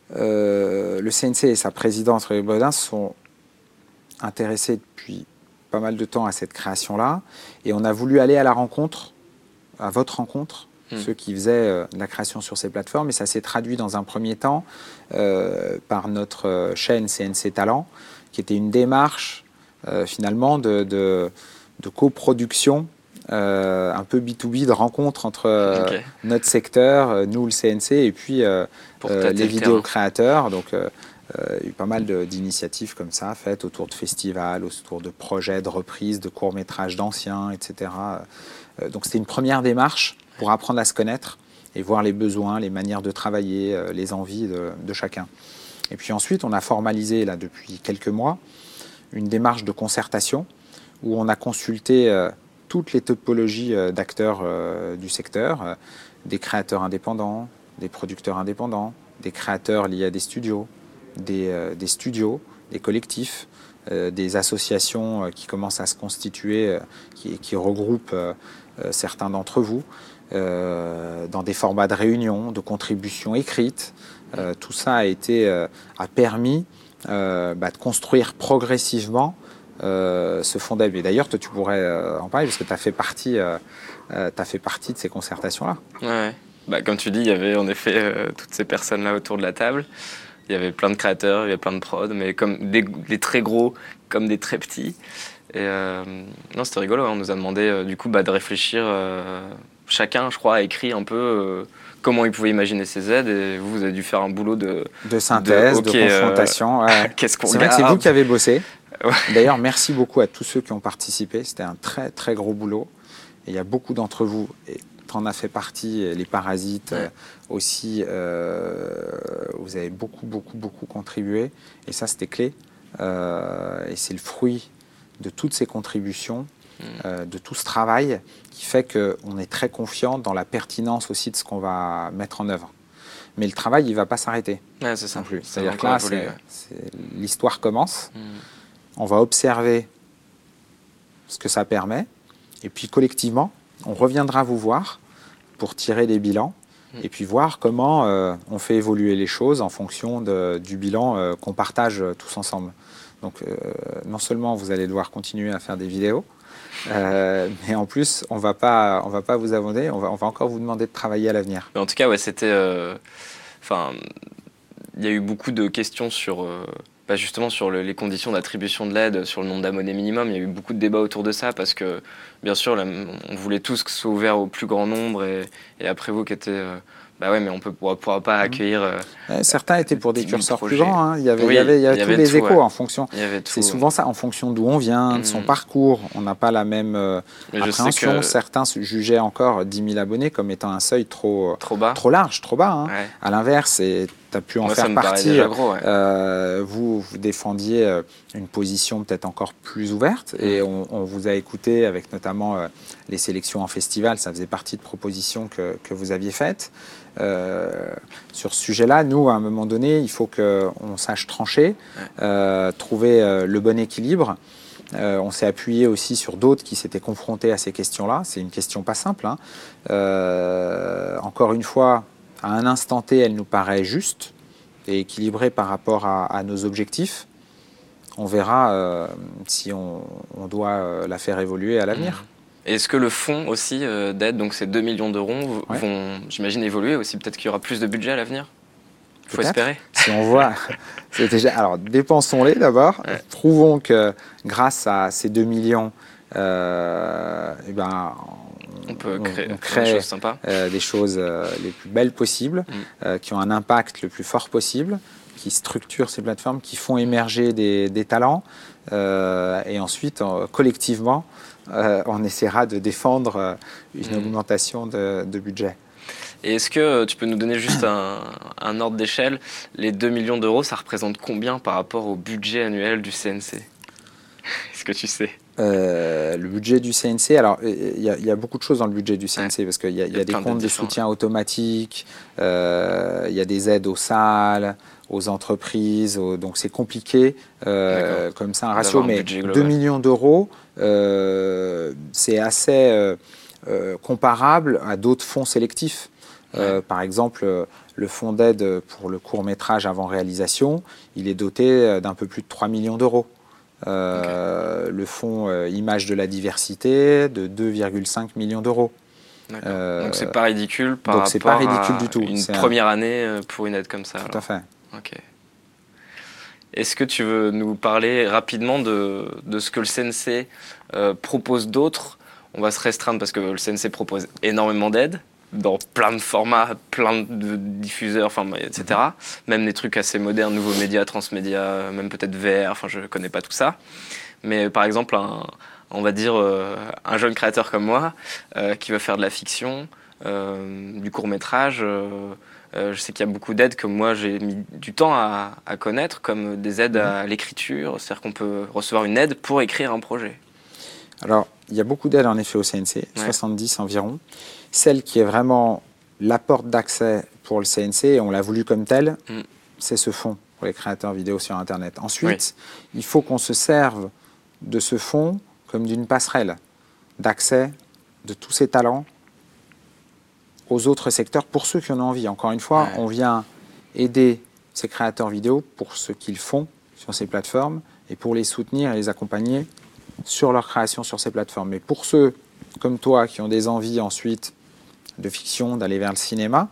euh, le C N C et sa présidente Frédérique Baudin sont intéressés depuis pas mal de temps à cette création-là, et on a voulu aller à la rencontre, à votre rencontre, mmh. ceux qui faisaient euh, de la création sur ces plateformes, et ça s'est traduit dans un premier temps euh, par notre chaîne C N C Talent, qui était une démarche euh, finalement de, de de coproduction, euh, un peu B deux B, de rencontre entre euh, okay. notre secteur, euh, nous le C N C, et puis euh, euh, les vidéocréateurs. Donc euh, euh, il y a eu pas mal d'initiatives comme ça, faites autour de festivals, autour de projets, de reprises, de courts-métrages d'anciens, et cetera. Euh, donc c'était une première démarche pour apprendre à se connaître et voir les besoins, les manières de travailler, euh, les envies de, de chacun. Et puis ensuite, on a formalisé, là, depuis quelques mois, une démarche de concertation où on a consulté euh, toutes les topologies euh, d'acteurs euh, du secteur, euh, des créateurs indépendants, des producteurs indépendants, des créateurs liés à des studios, des, euh, des studios, des collectifs, euh, des associations euh, qui commencent à se constituer, euh, qui, qui regroupent euh, euh, certains d'entre vous, euh, dans des formats de réunion, de contributions écrites. Euh, tout ça a, été, euh, a permis euh, bah, de construire progressivement euh, ce fonds d'aide. Et d'ailleurs, toi, tu pourrais euh, en parler, parce que tu as fait partie, euh, euh, t'as fait partie de ces concertations-là. Ouais. Bah, comme tu dis, il y avait en effet euh, toutes ces personnes-là autour de la table. Il y avait plein de créateurs, il y avait plein de prods, mais comme des, des très gros comme des très petits. Et euh, non, c'était rigolo, hein. On nous a demandé euh, du coup bah, de réfléchir. Euh, chacun, je crois, a écrit un peu euh, comment il pouvait imaginer ces aides. Et vous, vous avez dû faire un boulot de, de synthèse, de, okay, de confrontation. Euh, ouais. Qu'est-ce qu'on C'est vrai que c'est vous qui avez bossé. Ouais. D'ailleurs, merci beaucoup à tous ceux qui ont participé. C'était un très très gros boulot. Et il y a beaucoup d'entre vous. Et en a fait partie, les parasites ouais. euh, aussi, euh, vous avez beaucoup, beaucoup, beaucoup contribué, et ça c'était clé, euh, et c'est le fruit de toutes ces contributions, mmh. euh, de tout ce travail, qui fait qu'on est très confiant dans la pertinence aussi de ce qu'on va mettre en œuvre. Mais le travail, il ne va pas s'arrêter ouais, c'est ça. C'est-à-dire que là, l'histoire commence, mmh. on va observer ce que ça permet, et puis collectivement, on reviendra vous voir pour tirer des bilans mmh. et puis voir comment euh, on fait évoluer les choses en fonction de, du bilan euh, qu'on partage euh, tous ensemble. Donc euh, non seulement vous allez devoir continuer à faire des vidéos, euh, mais en plus on va pas, on va pas vous abandonner, on va, on va encore vous demander de travailler à l'avenir. En tout cas, ouais, c'était, enfin, euh, il y a eu beaucoup de questions sur euh, bah justement sur le, les conditions d'attribution de l'aide, sur le nombre d'abonnés minimum. Il y a eu beaucoup de débats autour de ça parce que, bien sûr, là, on voulait tous que ce soit ouvert au plus grand nombre et, et après vous qui étaient... Euh, bah ouais, mais on ne pourra pas accueillir... Euh, ouais, certains étaient pour des curseurs plus grands. Hein. Il y avait, oui, il y avait, il y avait, il y avait tous les tout, échos ouais. en fonction. C'est souvent ça, en fonction d'où on vient, de son mmh. parcours. On n'a pas la même euh, appréhension. Que... Certains se jugeaient encore dix mille abonnés comme étant un seuil trop, trop, bas. trop large, trop bas. Hein. Ouais. À l'inverse, tu as pu en Moi, faire ça me partie. Déjà gros, ouais. euh, vous, vous défendiez une position peut-être encore plus ouverte. Mmh. Et on, on vous a écouté avec notamment euh, les sélections en festival. Ça faisait partie de propositions que, que vous aviez faites. Euh, sur ce sujet-là, nous, à un moment donné, il faut qu'on sache trancher, ouais. euh, trouver euh, le bon équilibre. Euh, on s'est appuyé aussi sur d'autres qui s'étaient confrontés à ces questions-là. C'est une question pas simple. Hein. Euh, encore une fois, à un instant T, elle nous paraît juste et équilibrée par rapport à, à nos objectifs. On verra euh, si on, on doit euh, la faire évoluer à l'avenir. Mmh. Est-ce que le fonds aussi euh, d'aide, donc ces deux millions d'euros, ouais. vont, j'imagine, évoluer aussi? Peut-être qu'il y aura plus de budget à l'avenir? Il faut espérer. Si on voit, déjà, alors dépensons-les d'abord. Ouais. Prouvons que grâce à ces deux millions, euh, eh ben, on, on peut créer, on, on crée des choses sympas, euh, des choses euh, les plus belles possibles, mm. euh, qui ont un impact le plus fort possible, qui structurent ces plateformes, qui font émerger des, des talents, euh, et ensuite, euh, collectivement, Euh, on essaiera de défendre euh, une mmh. augmentation de, de budget. Et est-ce que tu peux nous donner juste un, un ordre d'échelle? Les deux millions d'euros, ça représente combien par rapport au budget annuel du C N C? Est-ce que tu sais? euh, Le budget du C N C, alors il y, y a beaucoup de choses dans le budget du C N C, ouais. parce qu'il y a, y a, y a des comptes de soutien ouais. automatiques, il euh, y a des aides aux salles, aux entreprises, aux, donc c'est compliqué euh, comme ça un ratio, mais deux millions d'euros, euh, c'est assez euh, euh, comparable à d'autres fonds sélectifs. Ouais. Euh, par exemple, le fonds d'aide pour le court-métrage avant réalisation, il est doté d'un peu plus de trois millions d'euros. Euh, okay. Le fonds euh, Images de la diversité de deux virgule cinq millions d'euros. Euh, donc c'est pas ridicule par donc rapport pas ridicule à du tout. Une première un... année pour une aide comme ça. Tout alors. à fait. Ok. Est-ce que tu veux nous parler rapidement de, de ce que le C N C euh, propose d'autre? On va se restreindre parce que le C N C propose énormément d'aides dans plein de formats, plein de diffuseurs, enfin, et cetera. Mm-hmm. Même des trucs assez modernes, nouveaux médias, transmédia, même peut-être V R, enfin je connais pas tout ça. Mais par exemple, un, on va dire euh, un jeune créateur comme moi euh, qui veut faire de la fiction, euh, du court-métrage, euh, Euh, je sais qu'il y a beaucoup d'aides que moi j'ai mis du temps à, à connaître, comme des aides mmh. à l'écriture, c'est-à-dire qu'on peut recevoir une aide pour écrire un projet. Alors, il y a beaucoup d'aides en effet au C N C, ouais. soixante-dix environ. Celle qui est vraiment la porte d'accès pour le C N C, et on l'a voulu comme telle, mmh. c'est ce fonds pour les créateurs vidéo sur Internet. Ensuite, oui. il faut qu'on se serve de ce fonds comme d'une passerelle d'accès de tous ces talents aux autres secteurs pour ceux qui en ont envie. Encore une fois, ouais. on vient aider ces créateurs vidéo pour ce qu'ils font sur ces plateformes et pour les soutenir et les accompagner sur leur création sur ces plateformes. Mais pour ceux comme toi qui ont des envies ensuite de fiction, d'aller vers le cinéma,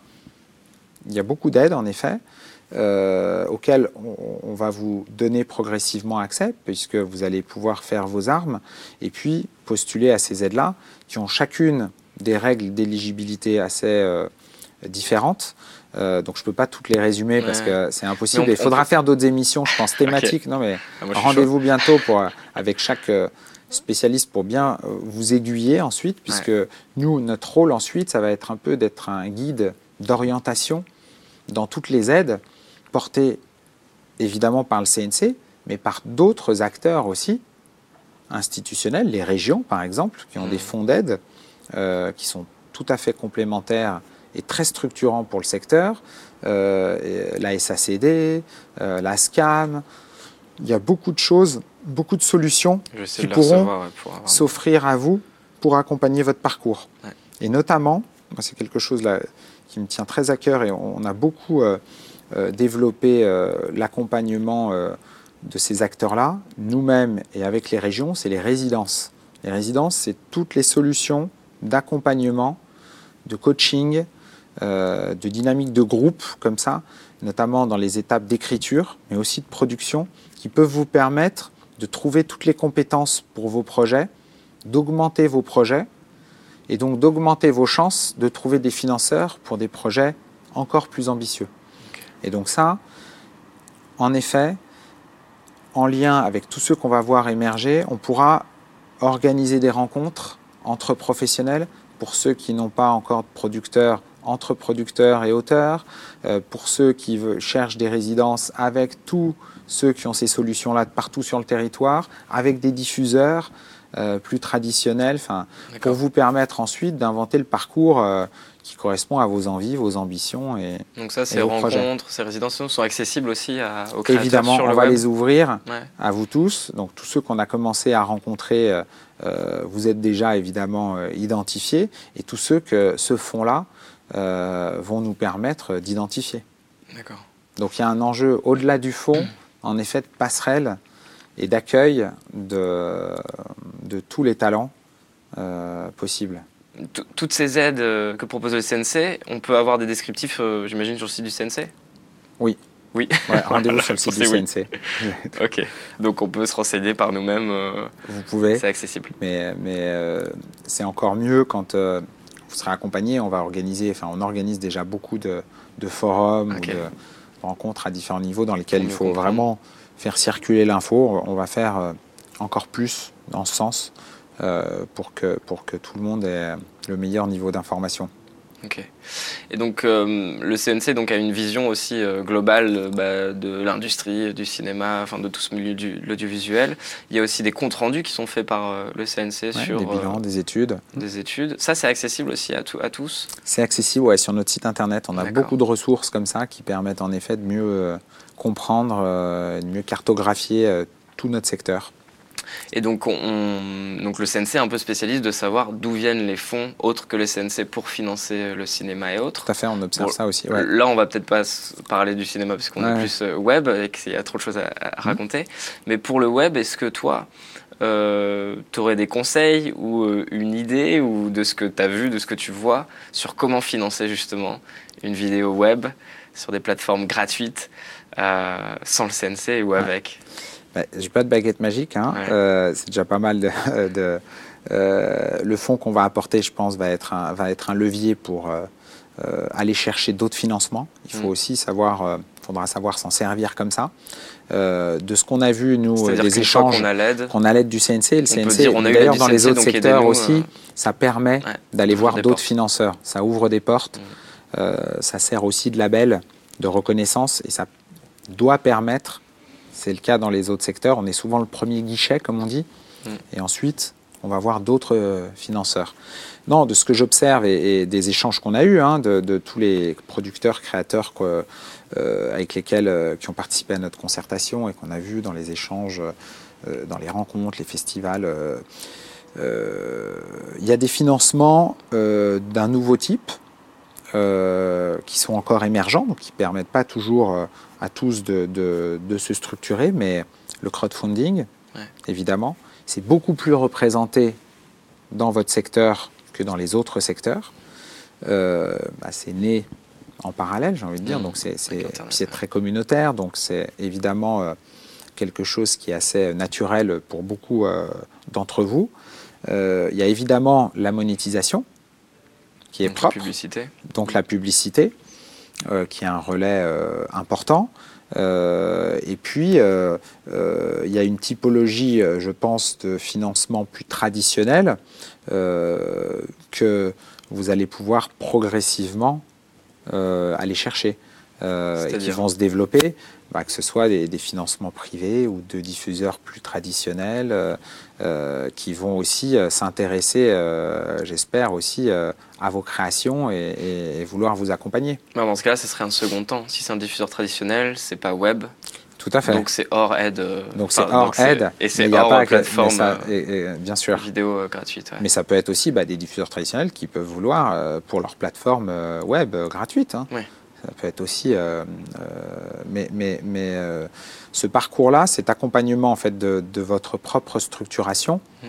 il y a beaucoup d'aides en effet, euh, auxquelles on, on va vous donner progressivement accès puisque vous allez pouvoir faire vos armes et puis postuler à ces aides-là qui ont chacune des règles d'éligibilité assez euh, différentes. Euh, donc je ne peux pas toutes les résumer ouais. parce que c'est impossible. On, Il faudra peut... faire d'autres émissions, je pense, thématiques. Okay. Non, mais ah, rendez-vous bientôt pour, avec chaque euh, spécialiste pour bien euh, vous aiguiller ensuite, puisque ouais. nous, notre rôle ensuite, ça va être un peu d'être un guide d'orientation dans toutes les aides, portées évidemment par le C N C, mais par d'autres acteurs aussi, institutionnels, les régions par exemple, qui ont mmh. des fonds d'aide euh, qui sont tout à fait complémentaires et très structurant pour le secteur, euh, la S A C D, euh, la SCAM. Il y a beaucoup de choses, beaucoup de solutions qui pourront ouais, pour avoir... s'offrir à vous pour accompagner votre parcours. Ouais. Et notamment, c'est quelque chose là, qui me tient très à cœur et on a beaucoup euh, euh, développé euh, l'accompagnement euh, de ces acteurs-là, nous-mêmes et avec les régions, c'est les résidences. Les résidences, c'est toutes les solutions d'accompagnement, de coaching, Euh, de dynamique de groupe comme ça, notamment dans les étapes d'écriture, mais aussi de production, qui peuvent vous permettre de trouver toutes les compétences pour vos projets, d'augmenter vos projets et donc d'augmenter vos chances de trouver des financeurs pour des projets encore plus ambitieux. Okay. Et donc ça, en effet, en lien avec tous ceux qu'on va voir émerger, on pourra organiser des rencontres entre professionnels pour ceux qui n'ont pas encore de producteurs, entre producteurs et auteurs, euh, pour ceux qui veulent, cherchent des résidences avec tous ceux qui ont ces solutions-là partout sur le territoire, avec des diffuseurs euh, plus traditionnels, pour vous permettre ensuite d'inventer le parcours euh, qui correspond à vos envies, vos ambitions. Et, donc ça, ces rencontres, projets. Ces résidences sont accessibles aussi à, aux créateurs Évidemment, sur le on va web. les ouvrir ouais. à vous tous. Donc tous ceux qu'on a commencé à rencontrer, euh, vous êtes déjà évidemment euh, identifiés, et tous ceux que ce fonds-là Euh, vont nous permettre d'identifier. D'accord. Donc il y a un enjeu au-delà du fond, en effet, de passerelle et d'accueil de, de tous les talents euh, possibles. Toutes ces aides que propose le C N C, on peut avoir des descriptifs, euh, j'imagine, sur le site du C N C ? Oui. Oui. Ouais, rendez-vous sur le site du oui. C N C. Ok. Donc on peut se renseigner par nous-mêmes. Euh, Vous pouvez. C'est accessible. Mais, mais euh, c'est encore mieux quand... Euh, vous serez accompagné, on va organiser, enfin on organise déjà beaucoup de, de forums okay. ou de rencontres à différents niveaux dans lesquels il faut comprendre. Vraiment faire circuler l'info. On va faire euh, encore plus dans ce sens euh, pour, que, pour que tout le monde ait le meilleur niveau d'information. Ok. Et donc euh, le C N C donc, a une vision aussi euh, globale bah, de l'industrie, du cinéma, enfin de tout ce milieu de l'audiovisuel. Il y a aussi des comptes rendus qui sont faits par euh, le C N C ouais, sur des bilans, euh, des études. Des études. Ça, c'est accessible aussi à, tout, à tous. C'est accessible, ouais, sur notre site internet. On a beaucoup de ressources comme ça qui permettent en effet de mieux euh, comprendre, euh, de mieux cartographier euh, tout notre secteur. Et donc, on, donc le C N C est un peu spécialiste de savoir d'où viennent les fonds autres que le C N C pour financer le cinéma et autres. Tout à fait, on observe bon, ça aussi. Ouais. Là, on va peut-être pas parler du cinéma parce qu'on ouais. est plus web et qu'il y a trop de choses à, à raconter. Mmh. Mais pour le web, est-ce que toi, euh, tu aurais des conseils ou euh, une idée ou de ce que tu as vu, de ce que tu vois sur comment financer justement une vidéo web sur des plateformes gratuites euh, sans le C N C ou ouais. avec ? Bah, j'ai pas de baguette magique, hein. ouais. euh, c'est déjà pas mal. De, de, euh, le fonds qu'on va apporter, je pense, va être un, va être un levier pour euh, euh, aller chercher d'autres financements. Il faut mmh. aussi savoir, euh, faudra savoir s'en servir comme ça. Euh, de ce qu'on a vu, nous, c'est-à-dire des échanges qu'on a l'aide, qu'on a l'aide du C N C, le C N C, dire, d'ailleurs dans les autres secteurs nous, aussi, euh... ça permet ouais, d'aller voir d'autres portes. financeurs. Ça ouvre des portes, mmh. euh, ça sert aussi de label, de reconnaissance, et ça doit permettre. C'est le cas dans les autres secteurs. On est souvent le premier guichet, comme on dit. Mmh. Et ensuite, on va voir d'autres euh, financeurs. Non, de ce que j'observe et, et des échanges qu'on a eus, hein, de, de tous les producteurs, créateurs quoi, euh, avec lesquels, euh, qui ont participé à notre concertation et qu'on a vu dans les échanges, euh, dans les rencontres, les festivals, euh, euh, il y a des financements euh, d'un nouveau type euh, qui sont encore émergents, donc qui ne permettent pas toujours euh, à tous de, de, de se structurer, mais le crowdfunding, ouais. évidemment, c'est beaucoup plus représenté dans votre secteur que dans les autres secteurs. Euh, bah, c'est né en parallèle, j'ai envie de dire, mmh, donc c'est très communautaire, donc c'est évidemment euh, quelque chose qui est assez naturel pour beaucoup euh, d'entre vous. Euh, il y a évidemment la monétisation qui est donc propre, la publicité. donc la publicité euh, qui est un relais euh, important. Euh, et puis, euh, euh, il y a une typologie, je pense, de financement plus traditionnel euh, que vous allez pouvoir progressivement euh, aller chercher euh, et qui vont se développer, bah, que ce soit des, des financements privés ou de diffuseurs plus traditionnels euh, euh, qui vont aussi euh, s'intéresser, euh, j'espère, aussi euh, à vos créations et, et, et vouloir vous accompagner. Bah, dans ce cas-là, ce serait un second temps. Si c'est un diffuseur traditionnel, c'est pas web. Tout à fait. Donc c'est hors aide. Euh, donc c'est hors aide. Et c'est hors pas plateforme ça, et, et, bien sûr. vidéo euh, gratuite. Ouais. Mais ça peut être aussi bah, des diffuseurs traditionnels qui peuvent vouloir euh, pour leur plateforme euh, web euh, gratuite. Hein. Oui. Ça peut être aussi. Euh, euh, mais mais, mais euh, ce parcours-là, cet accompagnement en fait, de, de votre propre structuration, mm.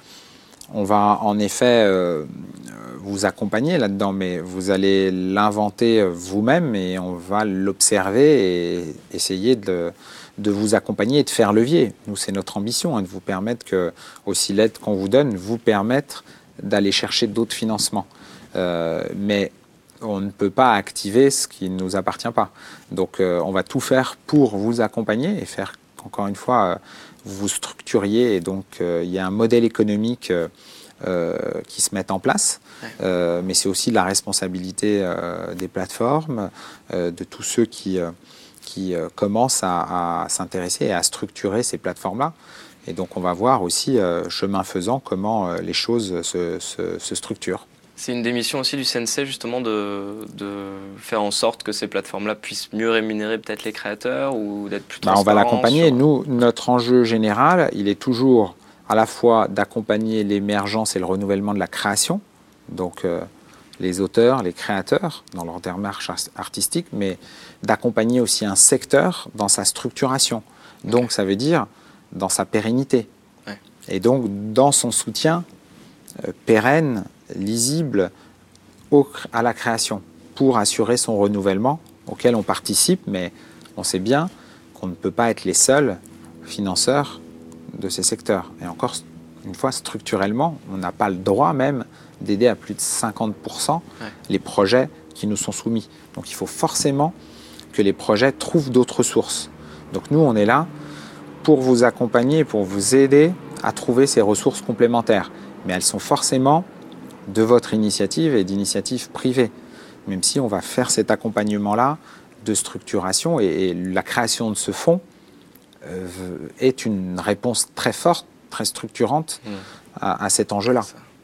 on va en effet euh, vous accompagner là-dedans, mais vous allez l'inventer vous-même et on va l'observer et essayer de, de vous accompagner et de faire levier. Nous, c'est notre ambition, hein, de vous permettre que, aussi l'aide qu'on vous donne, vous permettre d'aller chercher d'autres financements. Euh, mais on ne peut pas activer ce qui ne nous appartient pas. Donc, euh, on va tout faire pour vous accompagner et faire qu'encore une fois, euh, vous vous structuriez et donc euh, il y a un modèle économique euh, euh, qui se met en place. Ouais. Euh, mais c'est aussi la responsabilité euh, des plateformes, euh, de tous ceux qui, euh, qui euh, commencent à, à s'intéresser et à structurer ces plateformes-là. Et donc, on va voir aussi, euh, chemin faisant, comment euh, les choses se, se, se structurent. C'est une des missions aussi du C N C, justement, de, de faire en sorte que ces plateformes-là puissent mieux rémunérer peut-être les créateurs ou d'être plus transparents. Bah, on va l'accompagner. Sur... Nous, notre enjeu général, il est toujours à la fois d'accompagner l'émergence et le renouvellement de la création, donc euh, les auteurs, les créateurs dans leur démarche artistique, mais d'accompagner aussi un secteur dans sa structuration. Donc, okay. ça veut dire dans sa pérennité. Ouais. Et donc, dans son soutien euh, pérenne, lisible au, à la création pour assurer son renouvellement auquel on participe, mais on sait bien qu'on ne peut pas être les seuls financeurs de ces secteurs. Et encore une fois, structurellement, on n'a pas le droit même d'aider à plus de cinquante pour cent ouais. les projets qui nous sont soumis. Donc il faut forcément que les projets trouvent d'autres sources. Donc nous, on est là pour vous accompagner, pour vous aider à trouver ces ressources complémentaires. Mais elles sont forcément de votre initiative et d'initiative privée, même si on va faire cet accompagnement-là de structuration et, et la création de ce fonds euh, est une réponse très forte, très structurante mmh. à, à cet enjeu-là.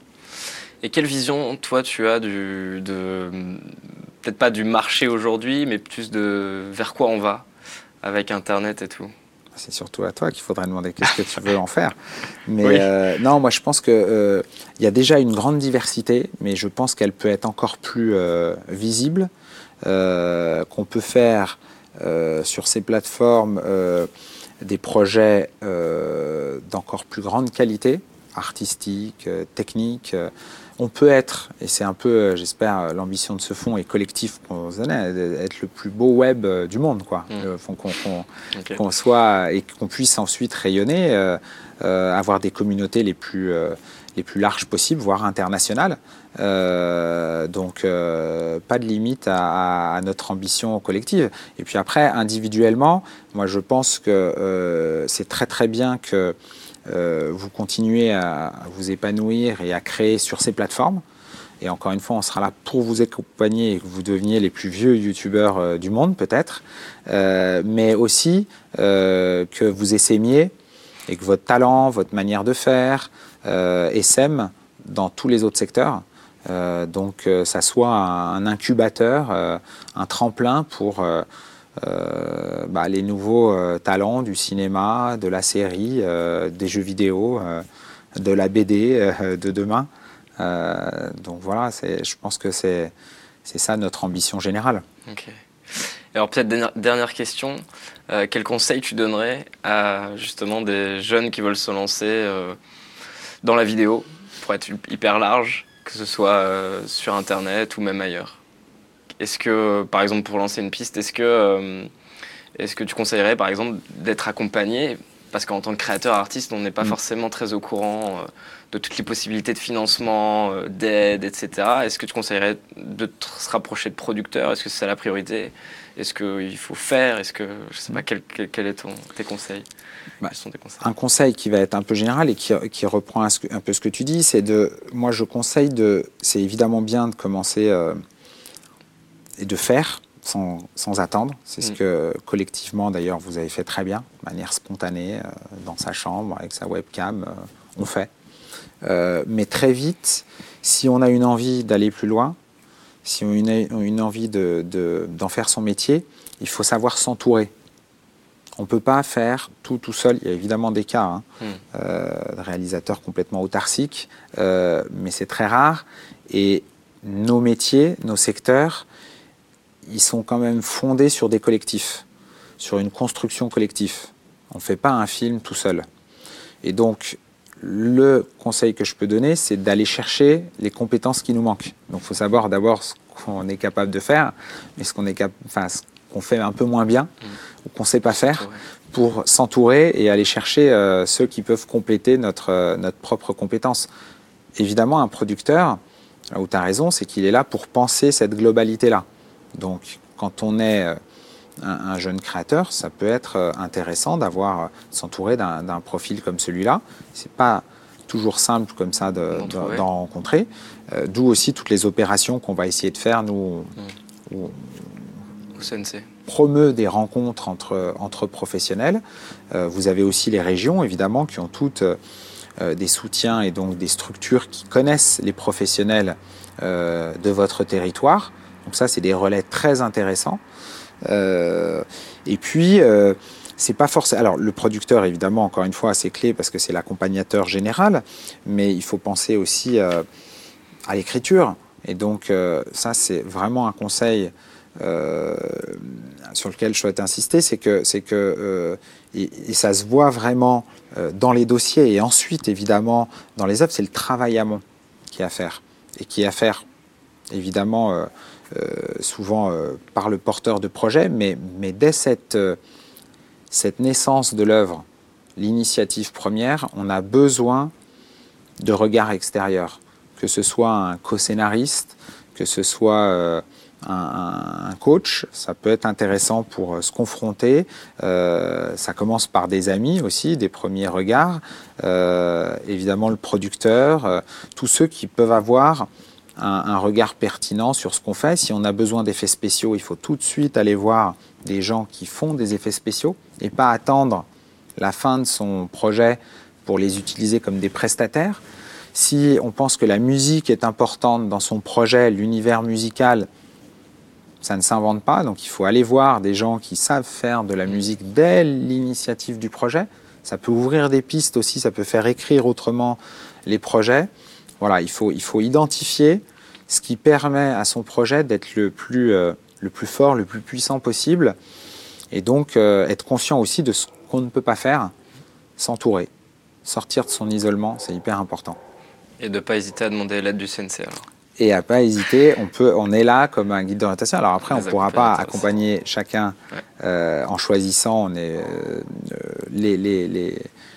Et quelle vision, toi, tu as du, de, peut-être pas du marché aujourd'hui, mais plus de vers quoi on va avec Internet et tout? C'est surtout à toi qu'il faudrait demander qu'est-ce que tu veux en faire. Mais oui. euh, non, moi je pense qu'il euh, y a déjà une grande diversité, mais je pense qu'elle peut être encore plus euh, visible, euh, qu'on peut faire euh, sur ces plateformes euh, des projets euh, d'encore plus grande qualité, artistique, euh, technique. Euh, on peut être, et c'est un peu, euh, j'espère, l'ambition de ce fonds est collectif pour nous donner, être le plus beau web euh, du monde, quoi. Mmh. Le fond qu'on qu'on, okay. qu'on soit et qu'on puisse ensuite rayonner, euh, euh, avoir des communautés les plus, euh, les plus larges possibles, voire internationales. Euh, donc, euh, pas de limite à, à notre ambition collective. Et puis après, individuellement, moi je pense que euh, c'est très très bien que Euh, vous continuez à, à vous épanouir et à créer sur ces plateformes. Et encore une fois, on sera là pour vous accompagner et que vous deveniez les plus vieux youtubeurs euh, du monde, peut-être. Euh, mais aussi euh, que vous essaimiez et que votre talent, votre manière de faire euh, essaime dans tous les autres secteurs. Euh, donc, euh, ça soit un, un incubateur, euh, un tremplin pour euh, euh, bah, les nouveaux euh, talents du cinéma, de la série, euh, des jeux vidéo, euh, de la B D euh, de demain. Euh, donc voilà, je pense que c'est ça notre ambition générale. Ok. Alors peut-être dernière, dernière question, euh, quel conseil tu donnerais à justement des jeunes qui veulent se lancer euh, dans la vidéo, pour être hyper large, que ce soit euh, sur Internet ou même ailleurs? Est-ce que, par exemple, pour lancer une piste, est-ce que, euh, est-ce que tu conseillerais, par exemple, d'être accompagné? Parce qu'en tant que créateur artiste, on n'est pas mmh. forcément très au courant euh, de toutes les possibilités de financement, euh, d'aide, et cetera. Est-ce que tu conseillerais de se rapprocher de producteurs? Est-ce que c'est la priorité? Est-ce qu'il faut faire? Est-ce que, je sais pas, quel, quel, quel est ton, tes conseils? Bah, Quels sont tes conseils? Un conseil qui va être un peu général et qui, qui reprend un, un peu ce que tu dis, c'est de, moi je conseille de, c'est évidemment bien de commencer euh, et de faire sans, sans attendre. C'est mmh. ce que collectivement d'ailleurs vous avez fait très bien, de manière spontanée, euh, dans sa chambre, avec sa webcam, euh, on fait. Euh, mais très vite, si on a une envie d'aller plus loin, si on a une, une envie de, de, d'en faire son métier, il faut savoir s'entourer. On ne peut pas faire tout tout seul. Il y a évidemment des cas hein, mmh. euh, de réalisateurs complètement autarciques, euh, mais c'est très rare. Et nos métiers, nos secteurs, ils sont quand même fondés sur des collectifs, sur une construction collective. On ne fait pas un film tout seul. Et donc, le conseil que je peux donner, c'est d'aller chercher les compétences qui nous manquent. Donc, il faut savoir d'abord ce qu'on est capable de faire, mais ce qu'on est cap- enfin, ce qu'on fait un peu moins bien, mmh. ou qu'on ne sait pas faire, pour s'entourer et aller chercher euh, ceux qui peuvent compléter notre, euh, notre propre compétence. Évidemment, un producteur, là où tu as raison, c'est qu'il est là pour penser cette globalité-là. Donc, quand on est euh, un, un jeune créateur, ça peut être euh, intéressant d'avoir euh, s'entourer d'un, d'un profil comme celui-là. C'est pas toujours simple comme ça de, de, d'en rencontrer. Euh, d'où aussi toutes les opérations qu'on va essayer de faire, nous, mmh. où au C N C. Promeut des rencontres entre, entre professionnels. Euh, vous avez aussi les régions, évidemment, qui ont toutes euh, des soutiens et donc des structures qui connaissent les professionnels euh, de votre territoire. Donc ça, c'est des relais très intéressants. Euh, et puis, euh, c'est pas forcément... Alors, le producteur, évidemment, encore une fois, c'est clé parce que c'est l'accompagnateur général, mais il faut penser aussi euh, à l'écriture. Et donc, euh, ça, c'est vraiment un conseil euh, sur lequel je souhaite insister, c'est que, c'est que euh, et, et ça se voit vraiment euh, dans les dossiers et ensuite, évidemment, dans les œuvres, c'est le travail amont qui est à faire. Et qui est à faire, évidemment... Euh, Euh, souvent euh, par le porteur de projet, mais, mais dès cette, euh, cette naissance de l'œuvre, l'initiative première, on a besoin de regard extérieur, que ce soit un co-scénariste, que ce soit euh, un, un coach, ça peut être intéressant pour euh, se confronter. Euh, ça commence par des amis aussi, des premiers regards, euh, évidemment le producteur, euh, tous ceux qui peuvent avoir Un, un regard pertinent sur ce qu'on fait. Si on a besoin d'effets spéciaux, il faut tout de suite aller voir des gens qui font des effets spéciaux et pas attendre la fin de son projet pour les utiliser comme des prestataires. Si on pense que la musique est importante dans son projet, l'univers musical, ça ne s'invente pas. Donc il faut aller voir des gens qui savent faire de la musique dès l'initiative du projet. Ça peut ouvrir des pistes aussi, ça peut faire écrire autrement les projets. Voilà, il faut, il faut identifier ce qui permet à son projet d'être le plus, euh, le plus fort, le plus puissant possible. Et donc, euh, être conscient aussi de ce qu'on ne peut pas faire, s'entourer. Sortir de son isolement, c'est hyper important. Et de ne pas hésiter à demander l'aide du C N C alors. Et à ne pas hésiter, on, peut, on est là comme un guide d'orientation. Alors après, on ne pourra pas accompagner chacun ouais. euh, en choisissant on est, euh, les... les, les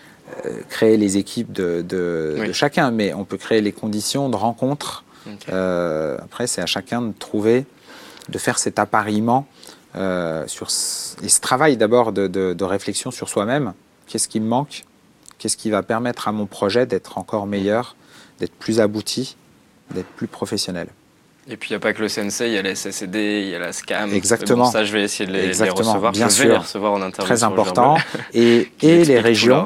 créer les équipes de, de, oui. de chacun, mais on peut créer les conditions de rencontre. Okay. Euh, après, c'est à chacun de trouver, de faire cet appariement euh, sur, et ce travail d'abord de, de, de réflexion sur soi-même. Qu'est-ce qui me manque? Qu'est-ce qui va permettre à mon projet d'être encore meilleur, d'être plus abouti, d'être plus professionnel? Et puis, il n'y a pas que le C N C, il y a la S S C D, il y a la SCAM. Exactement. Bon, ça, je vais essayer de les, Exactement. les recevoir. Bien je sûr. vais les recevoir en interview. Très important. Et, et les régions. Là,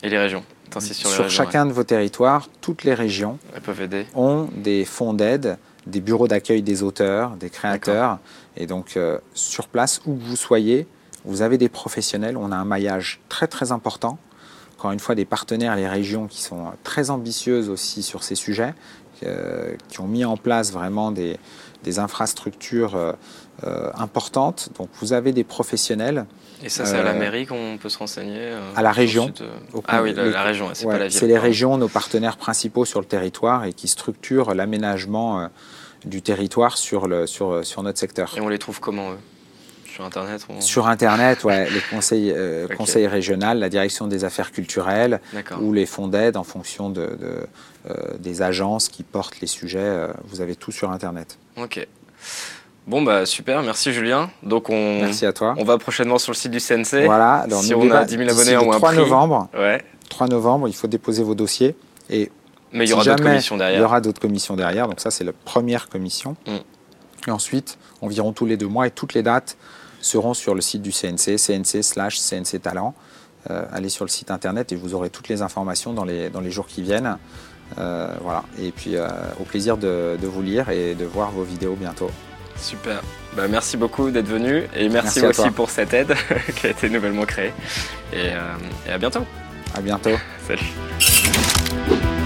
Et les régions, t'insistes sur les Sur régions, chacun ouais. de vos territoires, toutes les régions Elles peuvent aider. ont des fonds d'aide, des bureaux d'accueil des auteurs, des créateurs. Et donc, euh, sur place, où que vous soyez, vous avez des professionnels. On a un maillage très, très important. Encore une fois, des partenaires, les régions qui sont très ambitieuses aussi sur ces sujets, euh, qui ont mis en place vraiment des, des infrastructures euh, euh, importantes. Donc, vous avez des professionnels. Et ça, c'est euh, à la mairie qu'on peut se renseigner euh, À la région. Sud, euh... Ah oui, la, les, la région, c'est ouais, pas la ville. C'est les régions, nos partenaires principaux sur le territoire et qui structurent l'aménagement euh, du territoire sur, le, sur, sur notre secteur. Et on les trouve comment, eux? Sur Internet on... Sur Internet, ouais, les conseils, euh, okay. conseils régionaux, la direction des affaires culturelles ou les fonds d'aide en fonction de, de, euh, des agences qui portent les sujets. Euh, vous avez tout sur Internet. Ok. Bon, bah super, merci Julien. Donc on, merci à toi. On va prochainement sur le site du C N C. Voilà, si on a dix mille abonnés ou un trois prix. novembre, ouais. trois novembre, il faut déposer vos dossiers. Et Mais il y aura si d'autres commissions derrière. Il y aura d'autres commissions derrière, donc ça c'est la première commission. Mm. Et ensuite, environ tous les deux mois et toutes les dates seront sur le site du C N C, C N C slash C N C Talent. Euh, allez sur le site internet et vous aurez toutes les informations dans les, dans les jours qui viennent. Euh, voilà. Et puis euh, au plaisir de, de vous lire et de voir vos vidéos bientôt. Super. Bah, merci beaucoup d'être venu et merci, merci aussi pour cette aide qui a été nouvellement créée. Et, euh, et à bientôt. À bientôt. Salut.